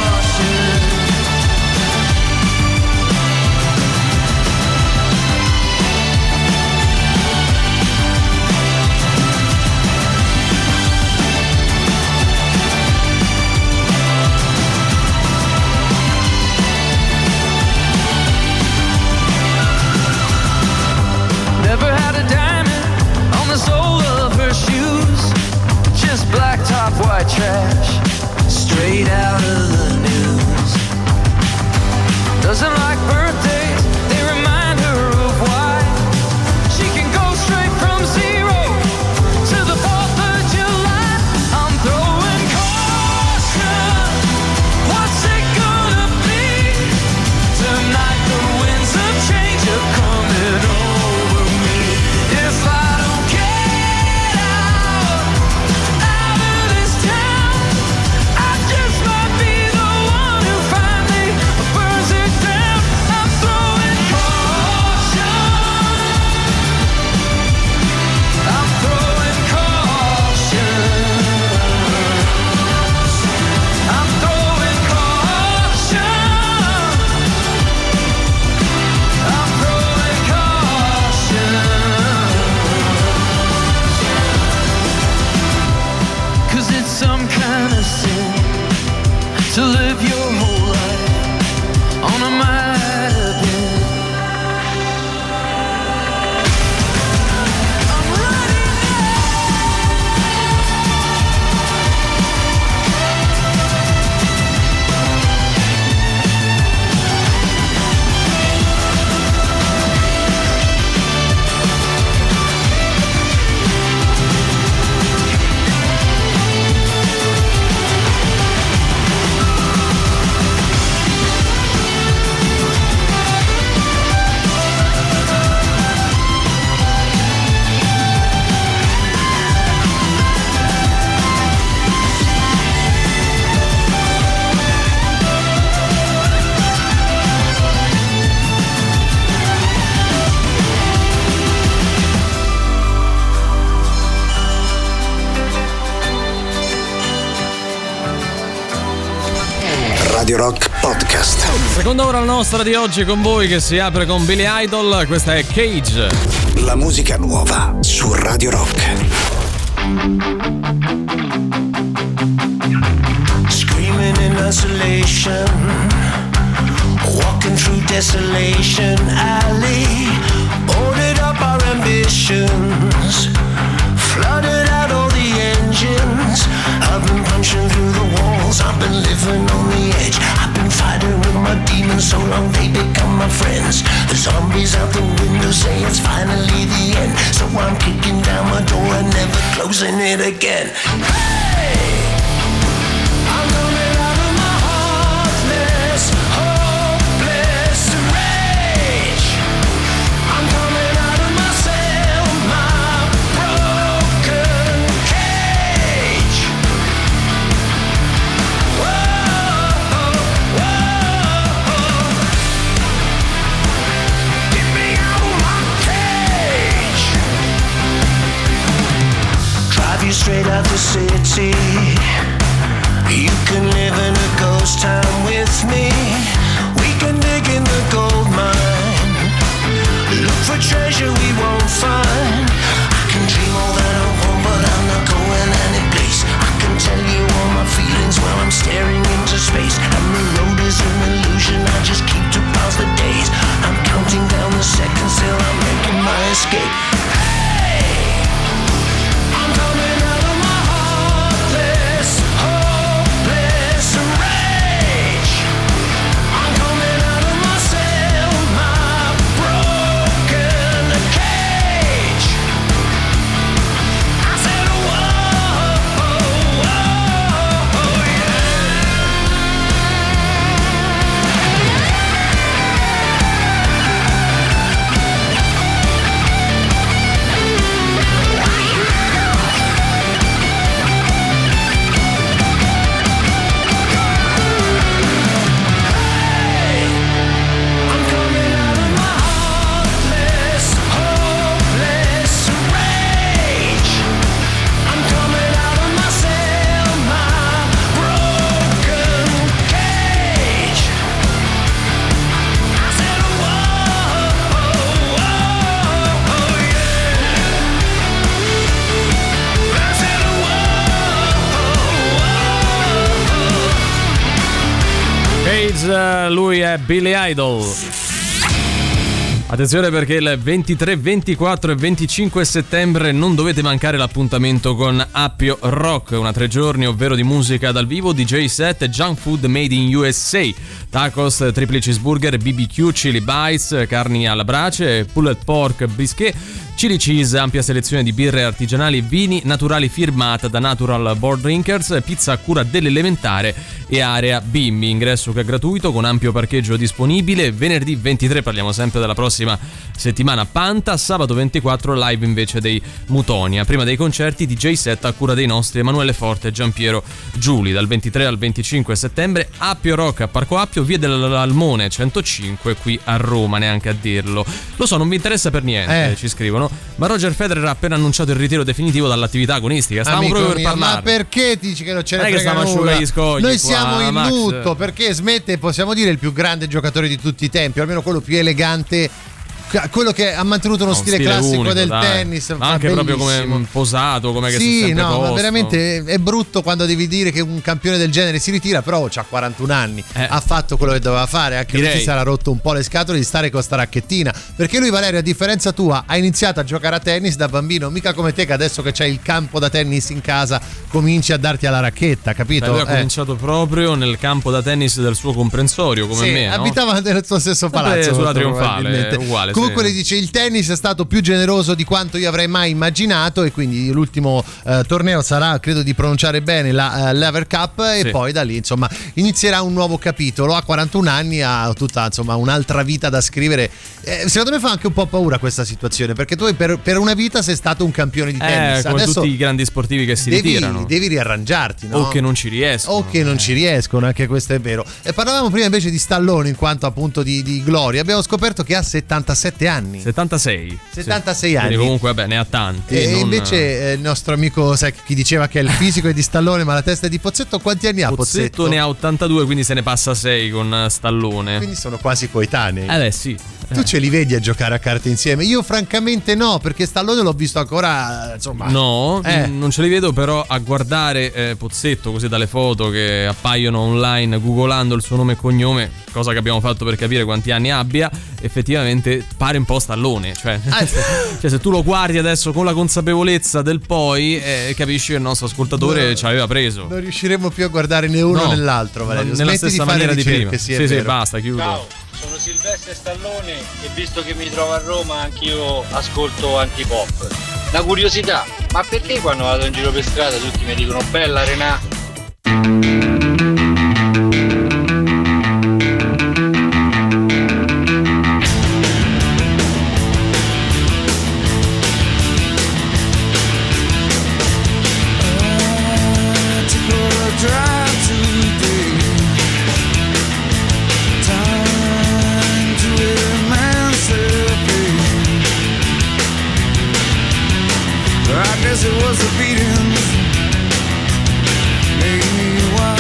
Never had a diamond on the sole of her shoes. Just black top, white trash, straight out of the news. Doesn't like birthdays, they remind her of why. She can go straight from zero to the fourth of July. I'm throwing caution. What's it gonna be? Tonight the winds of change are coming over me. If I don't get out, out of this town, I just might be the one who finally burns it down. Radio Rock Podcast. Seconda ora nostra di oggi con voi che si apre con Billy Idol, questa è Cage. La musica nuova su Radio Rock. Screaming in isolation, walking through desolation alley, ordered up our ambitions, flooded out all the engines. I've been punching through the walls, I've been living on the edge, I've been fighting with my demons so long they become my friends. The zombies out the window say it's finally the end, so I'm kicking down my door and never closing it again. Hey! I'm coming out of my heartless, hopeless rage. I'm coming out of myself, my broken cage. Whoa, whoa, get me out of my cage. Drive you straight out the city. You can live in a ghost town with me. We can dig in the gold mine, look for treasure we won't find. I can dream all that I want, but I'm not going any place. I can tell you all my feelings while I'm staring into space. And the road is an illusion, I just keep to pass the days. I'm counting down the seconds till I'm making my escape. Hey! I'm coming out of my heartless, hopeless rage. I'm coming out of myself, my broken cage. I said, whoa, whoa, yeah. I'm coming out of my heartless, hopeless rage. I'm coming out of myself, my broken cage. I said, whoa, whoa, yeah. I said, Cage, lui è Billy Idol. Attenzione perché il ventitré, ventiquattro e venticinque settembre non dovete mancare l'appuntamento con Appio Rock, una tre giorni ovvero di musica dal vivo, D J set, junk food made in U S A, tacos, triple cheeseburger, B B Q, chili bites, carni alla brace, pulled pork, brisket, chili cheese, ampia selezione di birre artigianali e vini naturali firmata da Natural Board Drinkers, pizza a cura dell'elementare e area bimbi, ingresso che è gratuito con ampio parcheggio disponibile. Venerdì ventitré, parliamo sempre della prossima settimana, Panta, sabato ventiquattro live invece dei Mutonia. Prima dei concerti D J set a cura dei nostri Emanuele Forte e Giampiero Giuli. Dal ventitré al venticinque settembre Appio Rock a Parco Appio, via dell'Almone centocinque qui a Roma, neanche a dirlo. Lo so, non vi interessa per niente, Eh. ci scrivono, ma Roger Federer ha appena annunciato il ritiro definitivo dall'attività agonistica. Stavamo Amico proprio per mio, parlare. ma perché dici che non ce ne Non è che frega stiamo a nulla? asciugare gli scogli Noi qua, siamo in Max. lutto perché smette, possiamo dire, il più grande giocatore di tutti i tempi, o almeno quello più elegante, quello che ha mantenuto uno No, stile, stile classico unico, del dai. tennis, Ma fa anche proprio bellissimo. come posato, come che si è Sì, sempre no, posto. ma veramente è brutto quando devi dire che un campione del genere si ritira, però c'ha quarantuno anni, Eh. ha fatto quello che doveva fare, anche lui Direi. si sarà rotto un po' le scatole di stare con sta racchettina, perché lui, Valerio, a differenza tua, ha iniziato a giocare a tennis da bambino, mica come te che adesso che c'hai il campo da tennis in casa cominci a darti alla racchetta, capito? Beh, lui ha Eh. cominciato proprio nel campo da tennis del suo comprensorio, come Sì, me, no? abitava nel suo stesso Sempre palazzo sulla molto Trionfale, probabilmente. uguale, Comunque sì. le dice il tennis è stato più generoso di quanto io avrei mai immaginato, e quindi l'ultimo eh, torneo sarà, credo di pronunciare bene, la uh, Lever Cup, e Sì. poi da lì insomma inizierà un nuovo capitolo. Ha quarantuno anni, ha tutta insomma un'altra vita da scrivere. Eh, secondo me fa anche un po' paura questa situazione, perché tu per, per una vita sei stato un campione di tennis, Eh, come adesso tutti i grandi sportivi che si devi, ritirano. devi riarrangiarti, no? O che non ci riescono. O che non ci riescono, anche questo è vero. E parlavamo prima invece di Stallone in quanto appunto di, di gloria. Abbiamo scoperto che ha settantasette settantasette anni. settantasei. settantasei sì. anni. Quindi comunque vabbè, ne ha tanti. E non... invece eh, il nostro amico, sai, chi diceva che il fisico è di Stallone ma la testa è di Pozzetto, quanti anni ha Pozzetto? Pozzetto ne ha ottantadue, quindi se ne passa sei con Stallone. Quindi sono quasi coetanei. Eh beh sì. Tu ce li vedi a giocare a carte insieme? Io francamente no, perché Stallone l'ho visto ancora, insomma. No, eh. non ce li vedo, però a guardare eh, Pozzetto così dalle foto che appaiono online googolando il suo nome e cognome, cosa che abbiamo fatto per capire quanti anni abbia, effettivamente pare un po' Stallone, cioè, Ah, cioè se tu lo guardi adesso con la consapevolezza del poi eh, capisci che il nostro ascoltatore No. ci aveva preso. Non riusciremo più a guardare né uno No, né l'altro, Valerio. nella Smetti stessa di fare maniera di ricerche, prima. sì, è sì, sì, vero. basta, chiudo. Ciao, sono Silvestre Stallone e visto che mi trovo a Roma anch'io ascolto antipop. Una curiosità, ma perché quando vado in giro per strada tutti mi dicono bella Renà? I guess it was the beatings made me wild.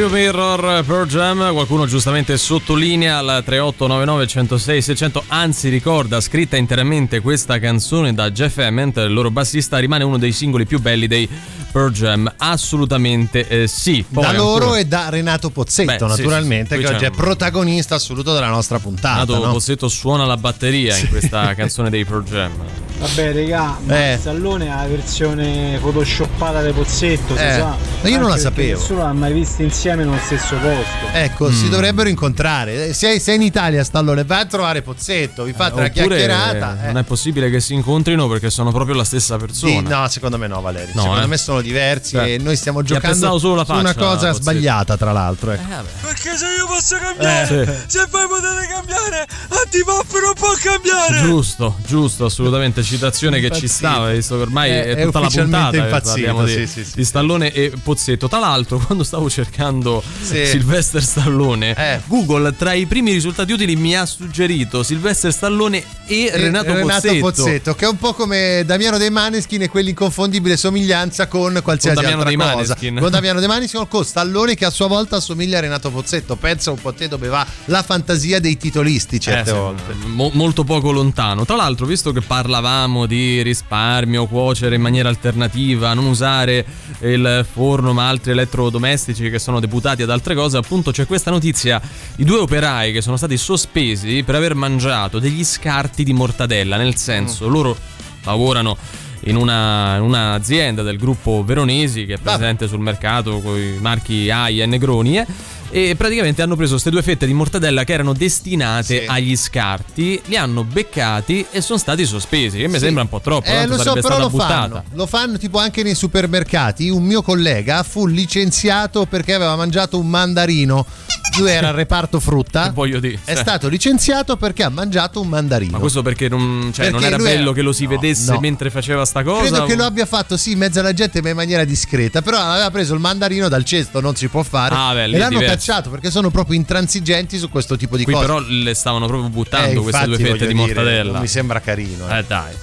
Review Mirror, Pearl Jam. Qualcuno giustamente sottolinea al tre otto nove nove uno zero sei sei zero zero, anzi ricorda, scritta interamente questa canzone da Jeff Ament, il loro bassista, rimane uno dei singoli più belli dei Pearl Jam. Assolutamente eh, sì. Poi da loro ancora... e da Renato Pozzetto, Beh, naturalmente, sì, sì, che oggi c'è... è protagonista assoluto della nostra puntata. Renato no? Pozzetto suona la batteria in questa canzone dei Pearl Jam. Vabbè regà, ma Eh. Stallone ha la versione photoshoppata di Pozzetto, si Eh, sa. ma io non la Anche perché sapevo. Nessuno l'ha mai visto insieme nello stesso posto. Ecco, Mm. si dovrebbero incontrare. Se sei in Italia, Stallone, vai a trovare Pozzetto, vi fate una Oppure chiacchierata. eh, eh. non è possibile che si incontrino perché sono proprio la stessa persona. Sì, no, secondo me no, Valerio. No, secondo eh. me sono diversi Beh, e noi stiamo ti ha giocando pestato solo la su una faccia, cosa Pozzetto. sbagliata, tra l'altro. Ecco. Perché se io posso cambiare, Eh, se voi potete cambiare, Antipop non può cambiare. Giusto, giusto, assolutamente. Citazione che ci Impazzito. stava, visto che ormai È- è, è tutta la ufficialmente puntata che impazzito, parliamo di, sì, sì, sì. di Stallone e Pozzetto. Tra l'altro, quando stavo cercando Sì. Sylvester Stallone, Eh. Google tra i primi risultati utili mi ha suggerito Sylvester Stallone e, E Renato, Pozzetto. Pozzetto, che è un po' come Damiano dei Maneskin e quell'inconfondibile somiglianza con qualsiasi Con Damiano altra dei cosa. Maneskin. Con Damiano dei Maneskin, con Stallone che a sua volta assomiglia a Renato Pozzetto. Pensa un po' te dove va la fantasia dei titolisti certe Eh, sì, volte. mo- molto poco lontano. Tra l'altro, visto che parlavamo di risparmio, cuocere in maniera alternativa, non usare il forno ma altri elettrodomestici che sono deputati ad altre cose, appunto c'è questa notizia: i due operai che sono stati sospesi per aver mangiato degli scarti di mortadella, nel senso loro lavorano in una, in un'azienda del gruppo Veronesi che è presente sul mercato con i marchi Aia e Negroni eh, e praticamente hanno preso queste due fette di mortadella che erano destinate Sì. agli scarti, li hanno beccati e sono stati sospesi, che mi Sì. sembra un po' troppo, Eh, tanto lo so, sarebbe però stata lo buttata. fanno. Lo fanno tipo anche nei supermercati. Un mio collega fu licenziato perché aveva mangiato un mandarino. Lui era al reparto frutta. Che voglio dire, È cioè. stato licenziato perché ha mangiato un mandarino. Ma questo perché non, cioè, non Perché era lui bello era- che lo si no, vedesse no. mentre faceva sta cosa? Credo che o- lo abbia fatto sì in mezzo alla gente ma in maniera discreta. Però aveva preso il mandarino dal cesto, non si può fare. Ah, beh, lì e è l'hanno diverso. cacciato perché sono proprio intransigenti su questo tipo di Qui cose. però le stavano proprio buttando Eh, queste due infatti, fette di voglio dire, mortadella. non mi sembra carino. eh. Eh dai.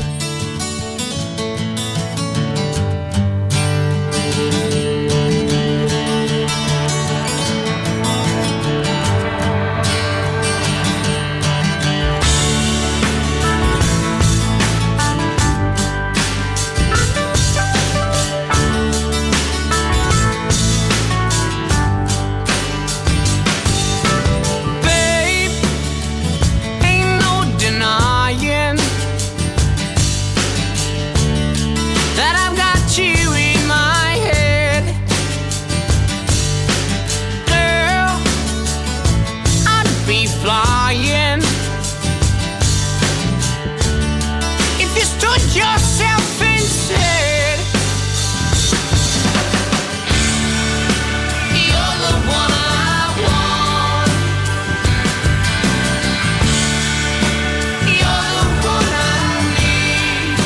Babe, ain't no denying that I've got you in my head. Girl, I'd be flying if you stood yourself and said, you're the one I want. You're the one I need.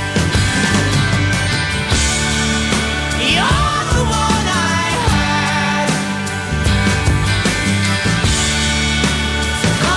You're the one I had. So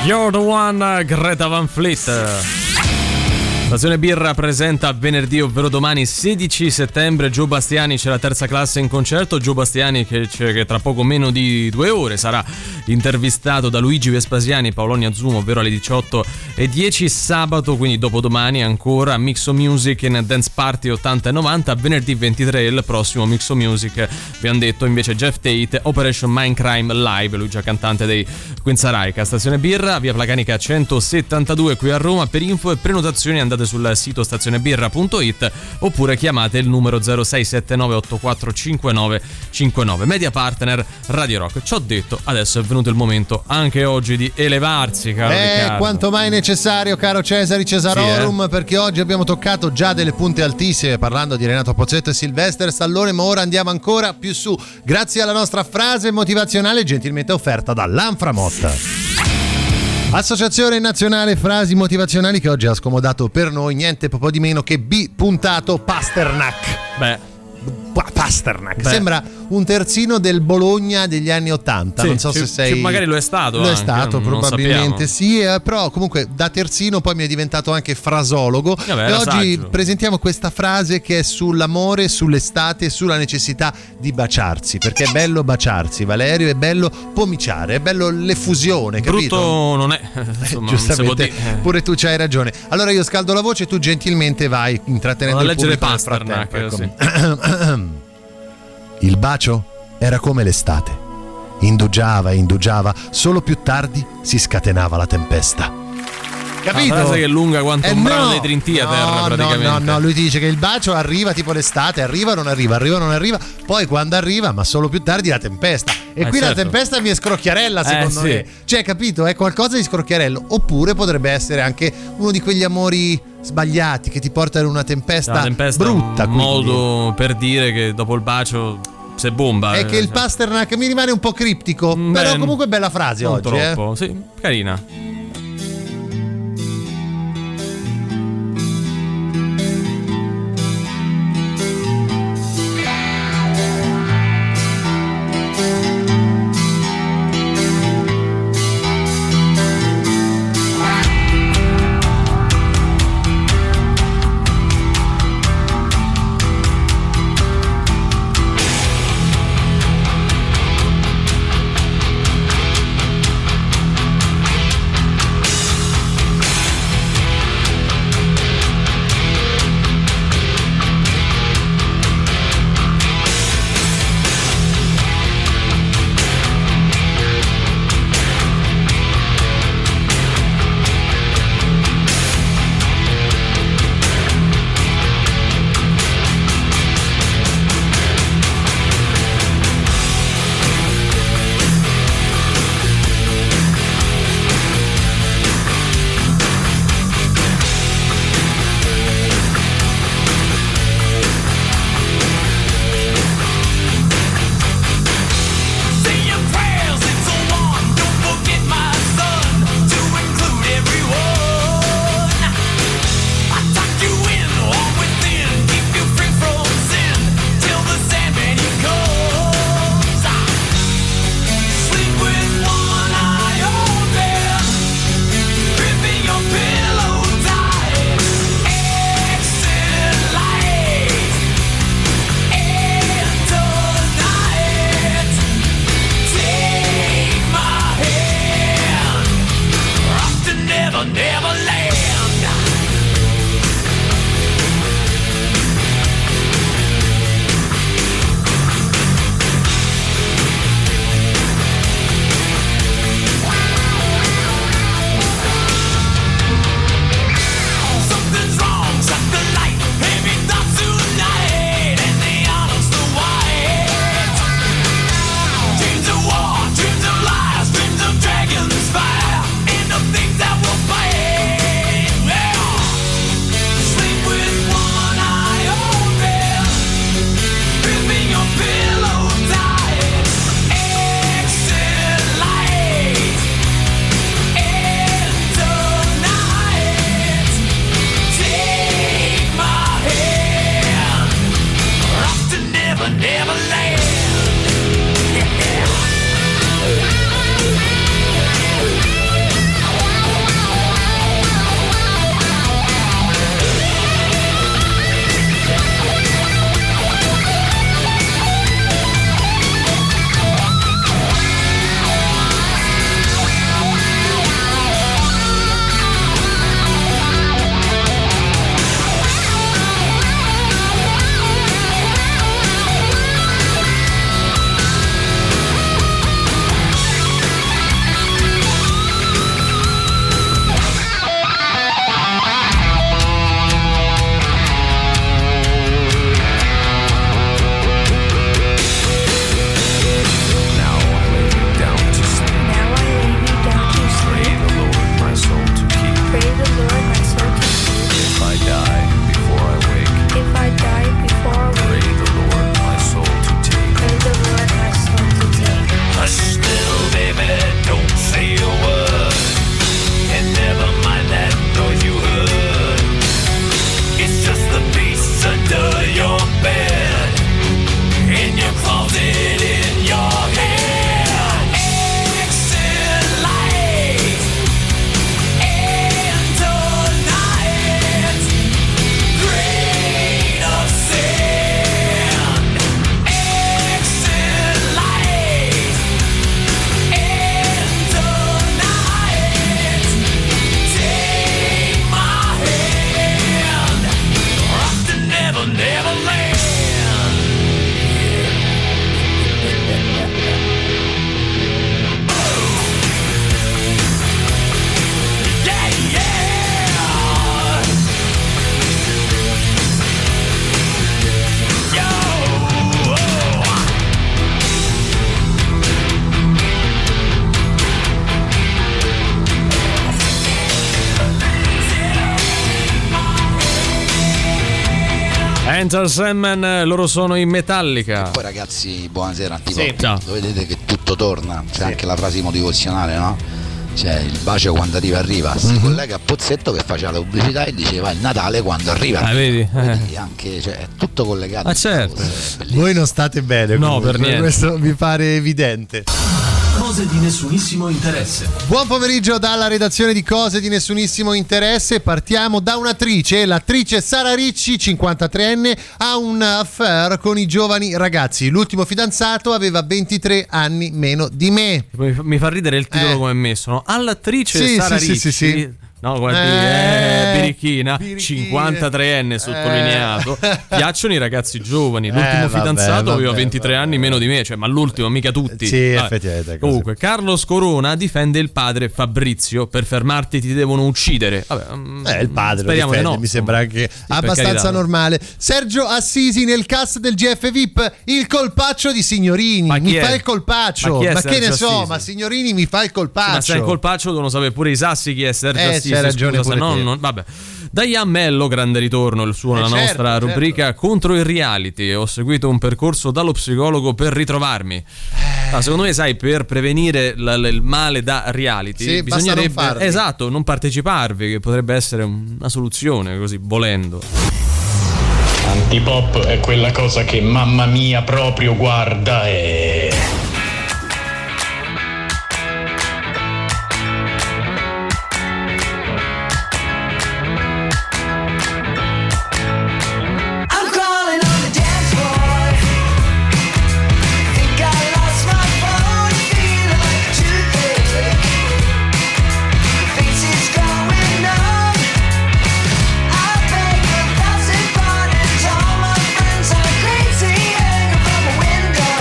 You're the one, Greta Van Fleet. Stazione Birra presenta venerdì, ovvero domani sedici settembre, Gio Bastiani. C'è la terza classe in concerto. Gio Bastiani che, che tra poco meno di due ore sarà intervistato da Luigi Vespasiani e Paolonia Zumo, ovvero alle diciotto e dieci. Sabato, quindi dopodomani, ancora Mixo Music in Dance Party ottanta e novanta. Venerdì ventitré il prossimo Mixo Music, abbiamo detto invece Jeff Tate, Operation Mindcrime Live, lui già cantante dei Quinzaraica. Stazione Birra, via Placanica centosettantadue qui a Roma. Per info e prenotazioni andate sul sito stazionebirra punto it oppure chiamate il numero zero sei sette nove otto quattro cinque nove cinque nove. Media partner Radio Rock. Ci ho detto, adesso è venuto il momento anche oggi di elevarsi, caro È Riccardo. quanto mai necessario, caro Cesari Cesarorum, Sì, eh? perché oggi abbiamo toccato già delle punte altissime parlando di Renato Pozzetto e Sylvester Stallone, ma ora andiamo ancora più su grazie alla nostra frase motivazionale gentilmente offerta dall'Anframot. Associazione Nazionale Frasi Motivazionali, che oggi ha scomodato per noi niente po' di meno che B. puntato Pasternak. Beh, Pasternak Beh. sembra un terzino del Bologna degli anni Ottanta. Sì, non so ci- se sei ci- magari lo è stato lo è anche, stato non probabilmente sappiamo. sì, eh, però comunque da terzino poi mi è diventato anche frasologo. Vabbè, e era oggi saggio. presentiamo questa frase che è sull'amore, sull'estate e sulla necessità di baciarsi, perché è bello baciarsi, Valerio, è bello pomiciare, è bello l'effusione, capito? brutto non è, insomma, non si può Giustamente, dire. pure tu c'hai ragione. Allora io scaldo la voce e tu gentilmente vai intrattenendo Vado a il leggere pubblico nel Pasternak, frattempo, ecco. Il bacio era come l'estate. Indugiava e indugiava, solo più tardi si scatenava la tempesta. Capito? Una frase che è lunga quanto Eh un brano no, dei Dream Theater, no, praticamente. No, no, no, lui ti dice che il bacio arriva tipo l'estate, arriva o non arriva, arriva o non arriva, poi quando arriva, ma solo più tardi, la tempesta. E Eh, qui la certo. tempesta mi è scrocchiarella, secondo Eh, sì. me. Cioè, capito? È qualcosa di scrocchiarello. Oppure potrebbe essere anche uno di quegli amori sbagliati che ti portano in una tempesta, La tempesta brutta. è un quindi. modo per dire che dopo il bacio se bomba. È eh, che il cioè. Pasternak mi rimane un po' criptico, Mm, però beh, comunque bella frase non oggi, troppo, eh. sì, carina. Enter Sandman, loro sono in Metallica. E poi ragazzi, buonasera, Antipop. Sì, ciao. Lo vedete che tutto torna, c'è Sì. anche la frase motivazionale, no? Cioè il bacio quando arriva arriva, si Mhm. collega a Pozzetto che faceva la pubblicità e diceva il Natale quando arriva. Ah, arriva. vedi? Eh. Quindi anche, cioè, è tutto collegato. Ah, certo. Voi non state bene. No, comunque, per niente. Questo mi pare evidente. Cose di nessunissimo interesse. Buon pomeriggio dalla redazione di Cose di nessunissimo interesse. Partiamo da un'attrice. L'attrice Sara Ricci, cinquantatreenne, ha un affair con i giovani ragazzi. L'ultimo fidanzato aveva ventitré anni meno di me. Mi fa- Mi fa ridere il titolo Eh. come è messo, no? All'attrice Sì, Sara sì, sì, Ricci. sì, sì. No, guardi, Eh, eh, birichina, cinquantatreenne sottolineato. Piacciono i ragazzi giovani. L'ultimo Eh, vabbè, fidanzato aveva vabbè, ventitré anni meno di me, cioè, ma l'ultimo, mica tutti. Sì, Vabbè. effettivamente è così. Comunque, Carlos Corona difende il padre Fabrizio. Per fermarti ti devono uccidere. Vabbè, mm, Eh, il padre lo speriamo di difende, no. mi sembra anche abbastanza carità. normale. Sergio Assisi nel cast del G F V I P, il colpaccio di Signorini. Ma chi Mi è? fa il colpaccio. Ma chi è Ma che Sergio ne so, Assisi? ma Signorini mi fa il colpaccio. Ma sai, il colpaccio devono sapere pure i sassi chi è Sergio Eh, Assisi. c'hai ragione scusa, pure se no, te. non- vabbè. Diane Mello, grande ritorno il suo Eh, nella certo, nostra certo. rubrica contro il reality. Ho seguito un percorso dallo psicologo per ritrovarmi. Ah, secondo me, sai, per prevenire la- la- il male da reality Sì, basta bisognerebbe non farvi. esatto, non parteciparvi, che potrebbe essere una soluzione, così volendo. Antipop è quella cosa che mamma mia proprio guarda e... I'm crawling on the dance floor. Think I lost my phone, feeling like a toothache. Face is going numb. I beg a thousand pardons, all my friends are crazy, hanging from a window.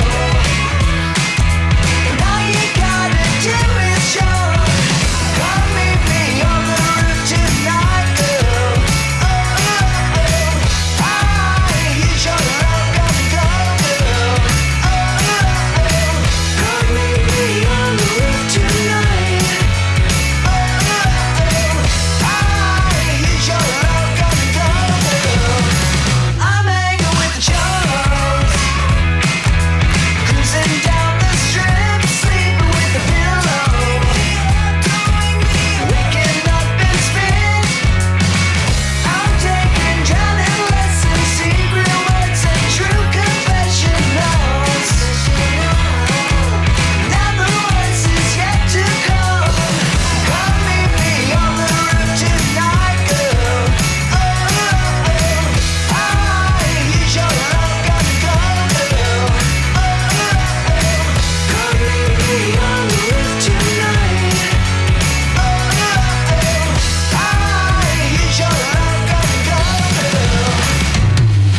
And all you gotta do is show. Come meet me on the roof tonight, girl. Oh, oh, oh. I use your love, come go, girl. Oh, oh, oh. Come meet me on the roof tonight. Oh, oh, oh. I use your love, come go, girl. I'm hanging with the Jones, cruising down the strip, sleeping with a pillow, waking up in spin. I'm taking drowning lessons, secret words and true confessionals. Now the worst is yet to come. Come meet me on the roof tonight, girl. Oh, oh, oh. I use your love, come go, girl. Oh, oh, oh. Come meet me on the roof tonight. Oh, oh, oh. I use your love, come go, girl.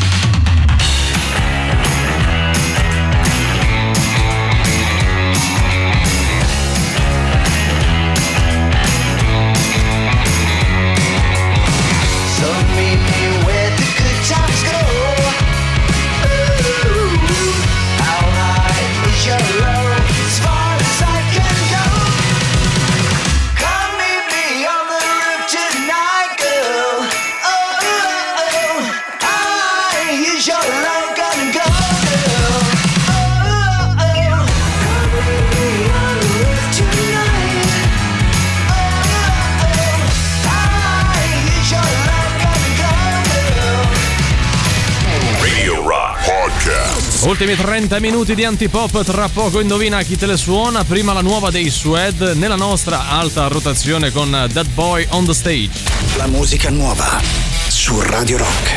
So meet me where the good times go. Ooh, how high is your love? As far as I can go. Come meet me on the roof tonight, girl. Oh, oh, oh. I use your love, gonna go, girl. Oh, oh, oh. Come meet me on the roof tonight. Oh, oh, oh. I use your love, gonna go, girl. Radio Rock Podcast. Ultimi trenta minuti di Antipop, tra poco indovina chi te le suona. Prima la nuova dei Suede nella nostra alta rotazione con That Boy on the Stage. La musica nuova su Radio Rock.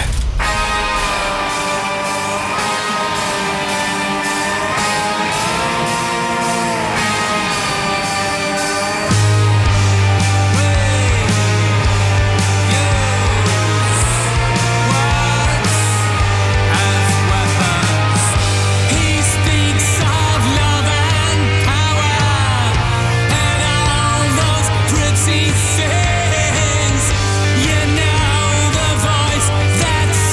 He speaks of love and power and all those pretty things. You know the voice that's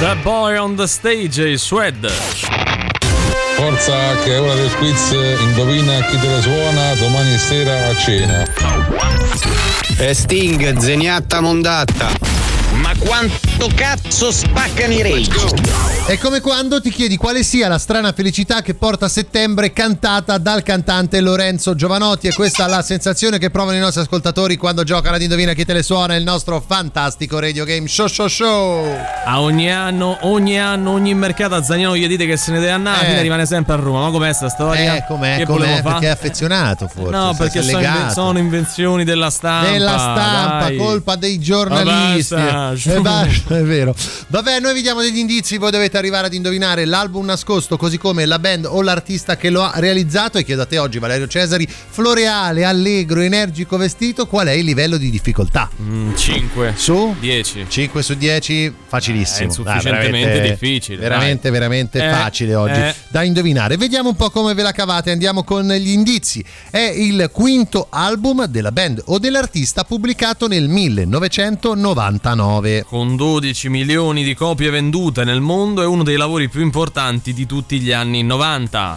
The Boy on the Stage, il Swed. Forza che è ora del quiz, indovina chi te la suona domani sera a cena. E Sting, zeniatta mondatta. Ma quanto cazzo spaccano i rage? È come quando ti chiedi quale sia la strana felicità che porta a settembre, cantata dal cantante Lorenzo Giovanotti, e questa è la sensazione che provano i nostri ascoltatori quando giocano ad Indovina chi te le suona, il nostro fantastico radio game show show show. A ogni anno, ogni anno, ogni mercato a Zagnolo gli dite che se ne deve andare, Eh. fine rimane sempre a Roma. Ma com'è sta storia? Eh, com'è, Che com'è? volevo fa? Perché è affezionato forse. No, si è perché sono, legato. inven- sono invenzioni della stampa. Della stampa, dai. colpa dei giornalisti. Ma basta. E basta, è vero. Vabbè, noi vi diamo degli indizi, voi dovete arrivare ad indovinare l'album nascosto, così come la band o l'artista che lo ha realizzato. E chiedo a te oggi, Valerio Cesari, floreale, allegro, energico vestito, qual è il livello di difficoltà? cinque su dieci. cinque su dieci, facilissimo. È insufficientemente Dai, veramente- difficile, Veramente, dai. veramente Eh, facile oggi eh. da indovinare. Vediamo un po' come ve la cavate. Andiamo con gli indizi. È il quinto album della band o dell'artista pubblicato nel millenovecentonovantanove. Con dodici milioni di copie vendute nel mondo, è uno dei lavori più importanti di tutti gli anni novanta.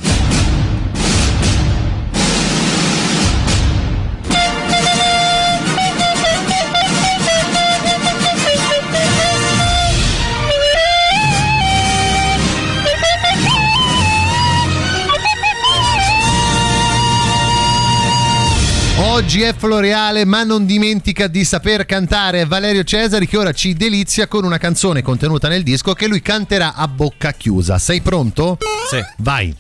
Oggi è floreale, ma non dimentica di saper cantare. È Valerio Cesari che ora ci delizia con una canzone contenuta nel disco che lui canterà a bocca chiusa. Sei pronto? Sì. Vai.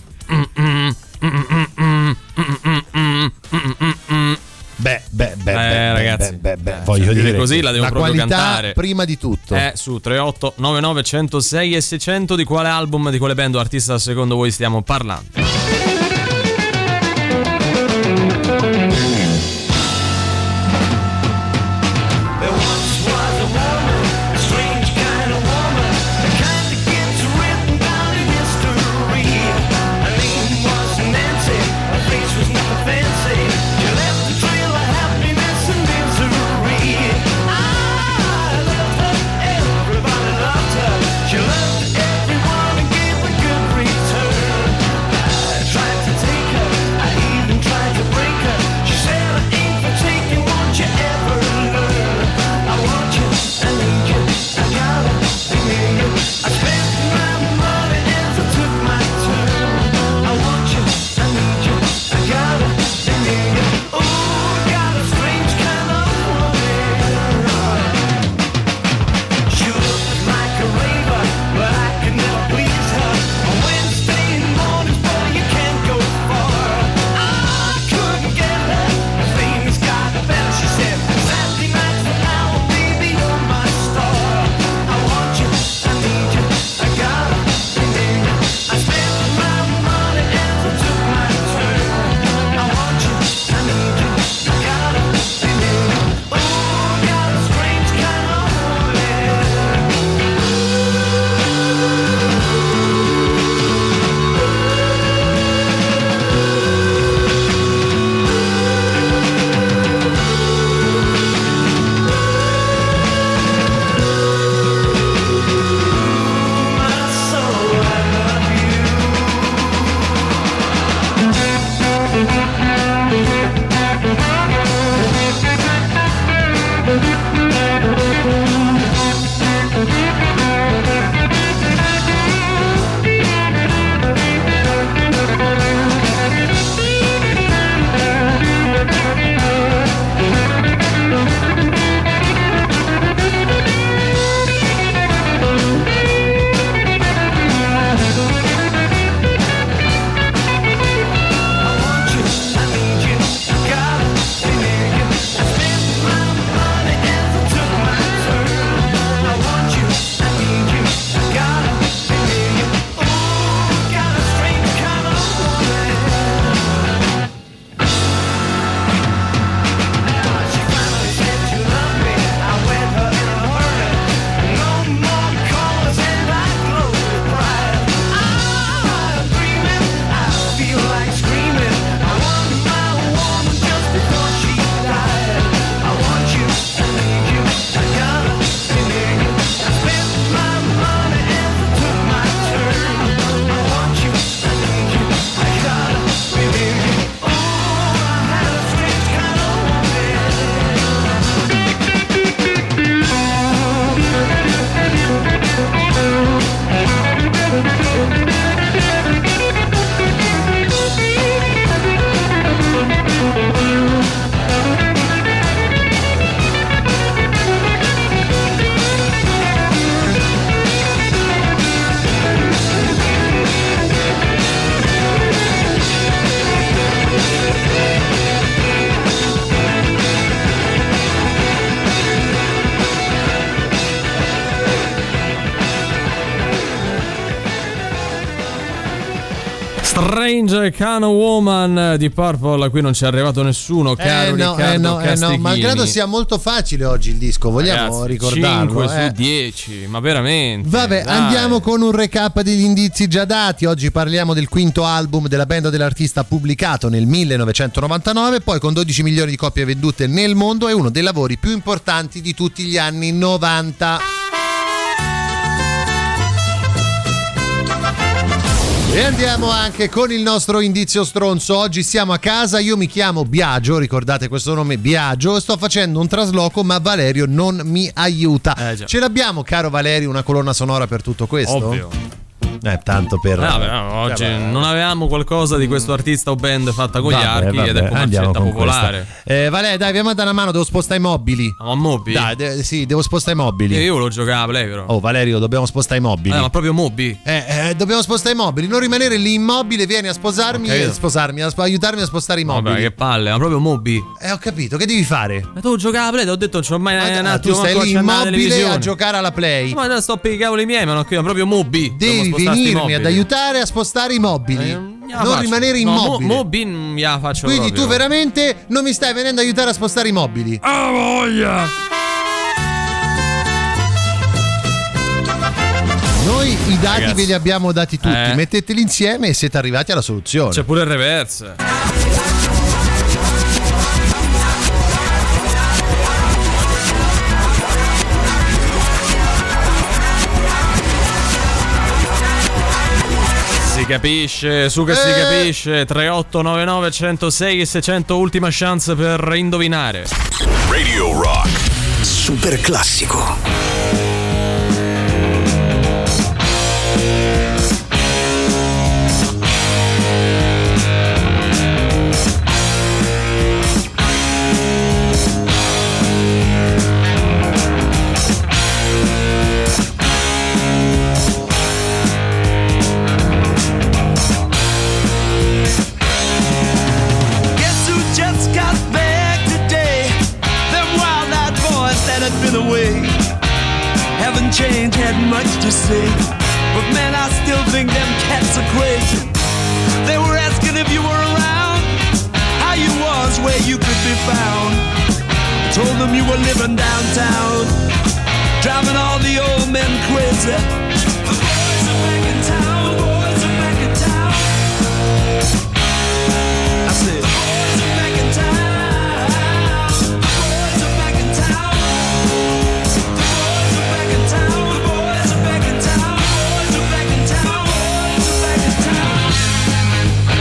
Beh, beh, beh, Eh, beh, ragazzi, beh, beh, beh, eh, voglio cioè, dire così la devo la proprio qualità cantare. prima di tutto. Eh, su tre otto nove nove uno zero sei e seicento di quale album, di quale band o artista secondo voi stiamo parlando? She loved everyone and gave a good return. Tried Strange Kind of Woman di Purple, a cui non ci è arrivato nessuno, caro eh no, Riccardo eh no, eh no, malgrado sia molto facile oggi il disco, vogliamo Ragazzi, ricordarlo? cinque eh. su dieci, ma veramente. Vabbè, dai. andiamo con un recap degli indizi già dati. Oggi parliamo del quinto album della band dell'artista pubblicato nel millenovecentonovantanove, poi con dodici milioni di copie vendute nel mondo è uno dei lavori più importanti di tutti gli anni novanta. E andiamo anche con il nostro indizio stronzo. Oggi siamo a casa, io mi chiamo Biagio, ricordate questo nome Biagio, sto facendo un trasloco ma Valerio non mi aiuta. Eh, Ce l'abbiamo, caro Valerio, una colonna sonora per tutto questo? Ovvio. Eh, tanto per... Eh, vabbè, no, oggi vabbè. non avevamo qualcosa di questo artista o band fatta con gli Vabbè, archi vabbè, ed è andiamo pomacetta con popolare. Eh, Valerio, dai, vi manda una mano, devo spostare i mobili. Ma Moby? Dai, de- sì, devo spostare i mobili. Io, io lo giocava Play però. Oh, Valerio, dobbiamo spostare i mobili. Eh, ma proprio Moby? Eh, eh, dobbiamo spostare i mobili, non rimanere lì immobile, vieni a sposarmi Ho e capito. sposarmi, a sp- aiutarmi a spostare i mobili. Vabbè, che palle, ma proprio Moby. Eh, ho capito, che devi fare? Ma tu giocava Play, ti ho detto non c'ho mai Ma, un ah, attimo tu stai manco lì accennare la immobile televisione. a giocare alla Play. Ma adesso sto per i cavoli miei, ma non qui, ma proprio Moby. Devi venirmi ad aiutare a spostare i mobili, Eh, non faccio. rimanere No, immobile. Mo- Moby non gliela faccio Quindi proprio. tu veramente non mi stai venendo a aiutare a spostare i mobili? Ah, voglia! Noi i dati Ragazzi. ve li abbiamo dati tutti, Eh. metteteli insieme e siete arrivati alla soluzione. C'è pure il reverse. Si capisce, su che si Eh. capisce. tre otto nove nove uno zero sei e seicento, ultima chance per indovinare. Radio Rock. Super classico. Guess who just got back today? Them wild-eyed boys that had been away haven't changed, had much to say, but man, I still think them cats are crazy. They were asking if you were around, how you was, where you could be found. I told them you were living downtown, driving all the old men crazy. The boys are back in town, the boys are back in town. I said, the boys are back in town. The boys are back in town. The boys are back in town. The boys are back in town. The boys are back in town. The boys are back in town.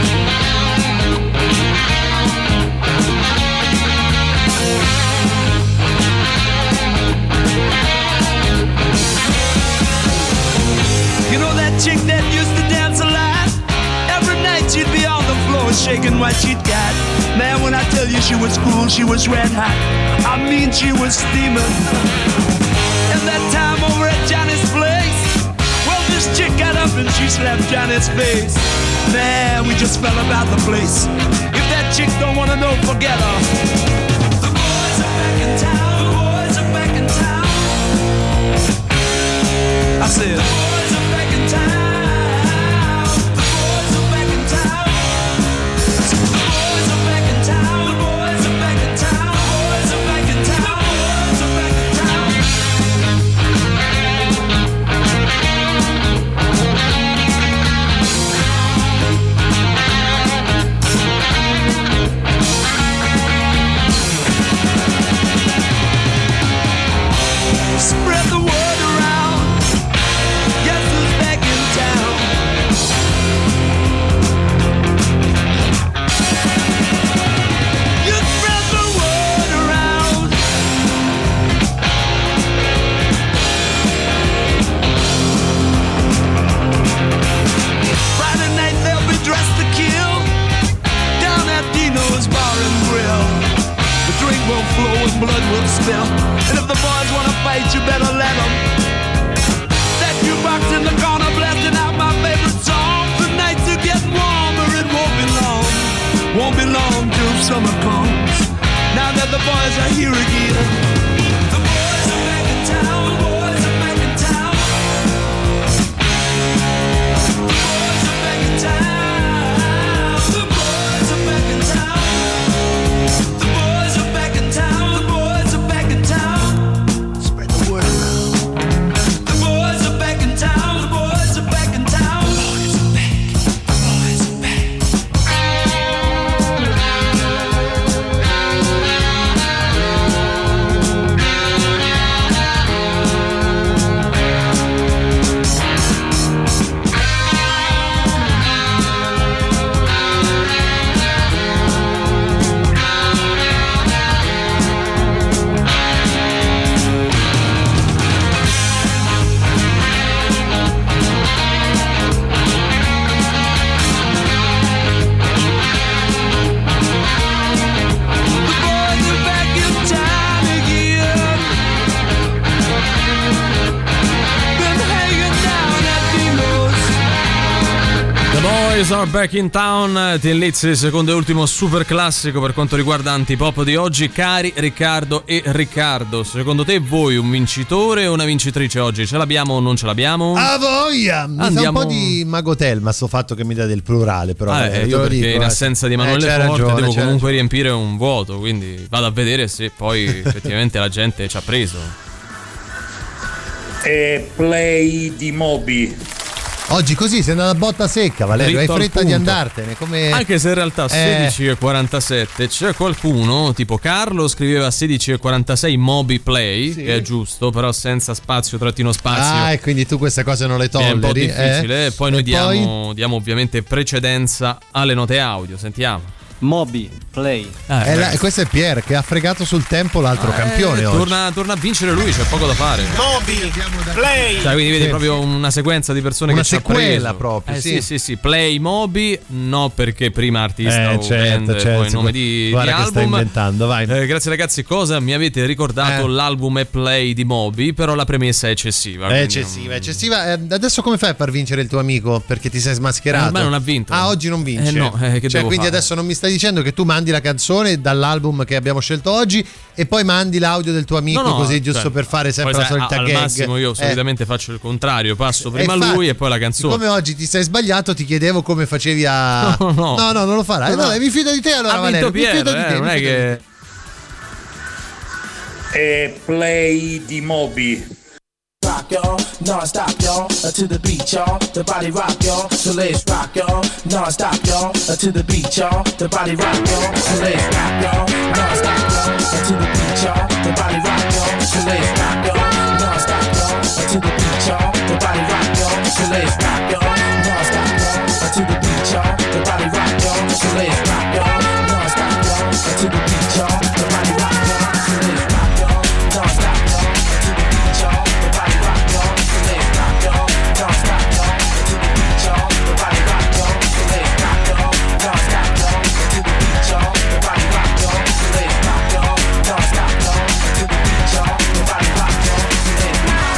You know that chick that used to dance a lot? Every night she'd be on the floor shaking what she'd got. Man, when I tell you she was cool, she was red hot. I mean, she was steaming. And that time over at Johnny's place, well, this chick got up and she slapped Johnny's face. Man, we just fell about the place. If that chick don't wanna know, forget her. The boys are back in town. The boys are back in town. I said, the boys are back in town. The boys are back in town. I said, the boys are back in town. The boys are back in town. The boys are back in town. The boys are back in town. Spread the word around. Guess who's back in town? You spread the word around. Friday night they'll be dressed to kill down at Dino's Bar and Grill. The drink will flow and blood will spill. And if the boys wanna fight, you better let them. That jukebox in the corner blasting out my favorite song. The nights are getting warmer, it won't be long. Won't be long till summer comes. Now that the boys are here again. The boys are back in town. The boys are back in town. The boys are back in town. Boys Are Back in Town, Thin Lizzy, secondo e ultimo super classico per quanto riguarda Antipop di oggi. Cari Riccardo e Riccardo, secondo te voi un vincitore o una vincitrice oggi? Ce l'abbiamo o non ce l'abbiamo? A voglia! Mi Andiamo... sa un po' di Magotel, ma sto fatto che mi dà del plurale, però ah, eh, io perché dico, in assenza di Emanuele eh, Forte ragione, devo comunque ragione. riempire un vuoto, quindi vado a vedere se poi effettivamente la gente ci ha preso. E play di Moby. Oggi così sei andato a botta secca, Valerio, Dritto hai al fretta di punto. andartene come... Anche se in realtà Eh. sedici e quarantasette c'è qualcuno, tipo Carlo scriveva sedici e quarantasei Moby Play, Sì. che è giusto, però senza spazio, trattino spazio. Ah, e quindi tu queste cose non le È un po' tolleri, difficile, eh? e poi noi E diamo, diamo ovviamente precedenza alle note audio, sentiamo. Moby Play. Ah, Eh, la- questo è Pier che ha fregato sul tempo l'altro Eh, campione oggi. torna, torna a vincere lui, c'è poco da fare. Moby Play. Cioè, quindi vedi Sì. proprio una sequenza di persone Una che ci ha sequela preso. proprio, Eh, sì. sì, sì, sì. Play Moby, no perché prima artista Eh, o certo, band, certo, poi sì, nome di, guarda di che stai album. inventando, vai. Eh, grazie ragazzi, cosa mi avete ricordato? Eh. L'album è Play di Moby, però la premessa è eccessiva. È quindi- eccessiva, è eccessiva. Eh, adesso come fai a far vincere il tuo amico? Perché ti sei smascherato? Eh, ormai non ha vinto. Ah, oggi non vince. Eh, no, eh, che cioè, devo quindi fare? adesso non mi stai dicendo che tu mandi la canzone dall'album che abbiamo scelto oggi e poi mandi l'audio del tuo amico, No, no, così giusto cioè, per fare sempre poi la sai, solita al gag. massimo io Eh. solitamente faccio il contrario, passo prima infatti, lui e poi la canzone. Come oggi ti sei sbagliato, ti chiedevo come facevi a. No, no. no, no, non lo farai. No, no. Dai, mi fido di te allora, Ha Valerio. vinto Mi fido Pier, di eh, te. non mi è fido di che... te. E play di Moby. Rock y'all, non-stop y'all, uh, to the beat y'all, the body rock y'all, so let's rock y'all, non-stop y'all, uh, to the beat y'all, the body rock y'all, so let's rock y'all, non-stop y'all, uh, to the beat y'all, the body rock y'all, so let's rock y'all, non-stop y'all, uh, to the beat y'all, the body rock y'all, so let's rock y'all, non-stop y'all, uh, to the beat y'all, the body rock y'all, so let's rock y'all, non-stop y'all, uh, to the beat y'all, the body rock y'all, so let's rock y'all, non-stop y'all, uh, to the beat y'all, the body rock y'all, so let's rock y'all, non-stop y'all, uh, to the beat y'all, the body rock y'all, so let's rock y'all, non-stop y'all, uh, to the beat y'all, the body rock y'all, so let's rock y'all, non-stop y'all, uh, to the beat y'all, the body rock y'all, so let's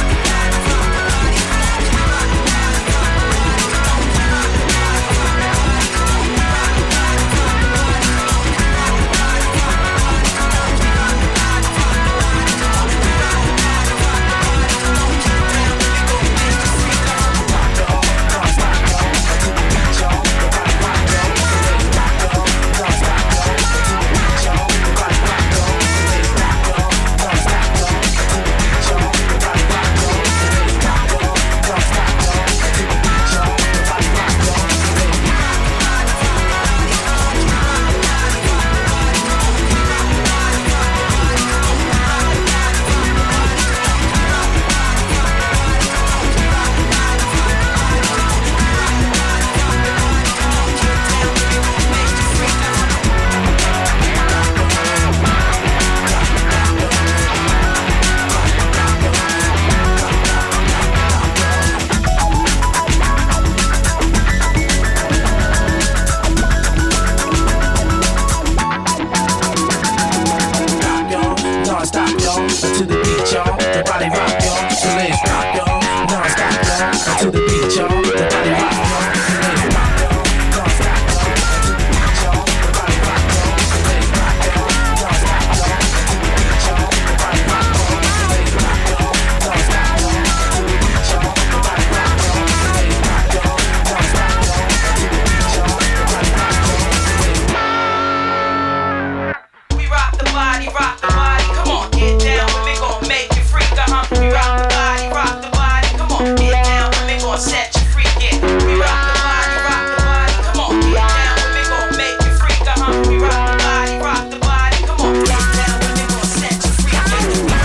non-stop y'all, uh, to the beat y'all, the body rock y'all, so let's rock y'all, non-stop y'all, uh, to the beat y'all, the body rock y'all, so let's rock y'all, non-stop y'all, uh, to the beat y'all, the body rock y'all, so let's rock y'all, non-stop y'all, uh, to the beat y'all, the body rock y'all, so let's rock y'all, non-stop y'all, uh, to the beat y'all, the body rock y'all, so let's rock y'all, non-stop y'all, uh, to the beat y'all, the body rock y'all, so let's We rock the body, rock the body. Come on, get down with me, gon' make you freak. Uh-huh. We rock the body, rock the body. Come on, get down with me, gon' set you free. Yeah. We rock the body, rock the body. Come on, get down with me, gon' make you freak. Uh-huh. We rock the body, rock the body. Come on, get down with me, gon' set you free. Yeah.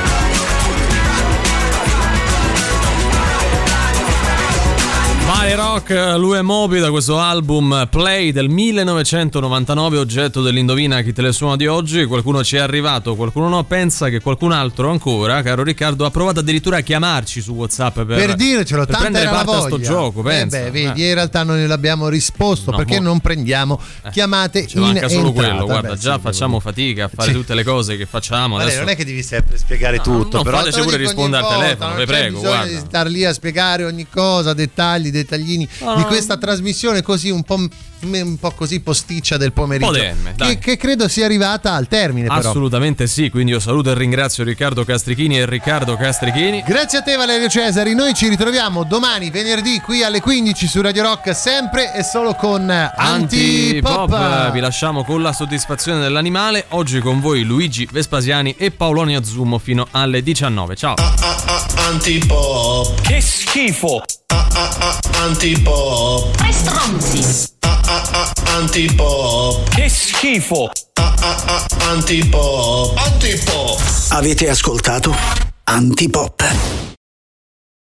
Vale Rock, lui è Moby da questo album Play del millenovecentonovantanove, oggetto dell'Indovina chi te le suona di oggi. Qualcuno ci è arrivato, qualcuno no. Pensa che qualcun altro ancora, caro Riccardo, ha provato addirittura a chiamarci su WhatsApp per, per dircelo, per tanta prendere era parte la a voglia. sto gioco. Pensa. Eh beh, vedi, eh. in realtà non gliel'abbiamo risposto No, perché mo... non prendiamo chiamate ci in manca solo entrata. quello, guarda, Beh, già sì, facciamo fatica a fare sì. tutte le cose che facciamo. Vabbè, adesso... non è che devi sempre spiegare tutto, no, però fateci pure rispondere al telefono, vi prego, bisogno guarda. di star lì a spiegare ogni cosa, dettagli, dettaglini no, di no. questa trasmissione così un po', un po' così posticcia del pomeriggio, Podemme, che, che credo sia arrivata al termine però. Assolutamente sì, quindi io saluto e ringrazio Riccardo Castrichini e Riccardo Castrichini. Grazie a te Valerio Cesari, noi ci ritroviamo domani venerdì qui alle quindici su Radio Rock, sempre e solo con Antipop. Antipop. Vi lasciamo con la soddisfazione dell'animale, oggi con voi Luigi Vespasiani e Paoloni Azzumo fino alle diciannove. Ciao. Antipop. Che schifo. Antipop. Tre stronzi. Antipop. Che schifo. Antipop. Antipop. Avete ascoltato Antipop.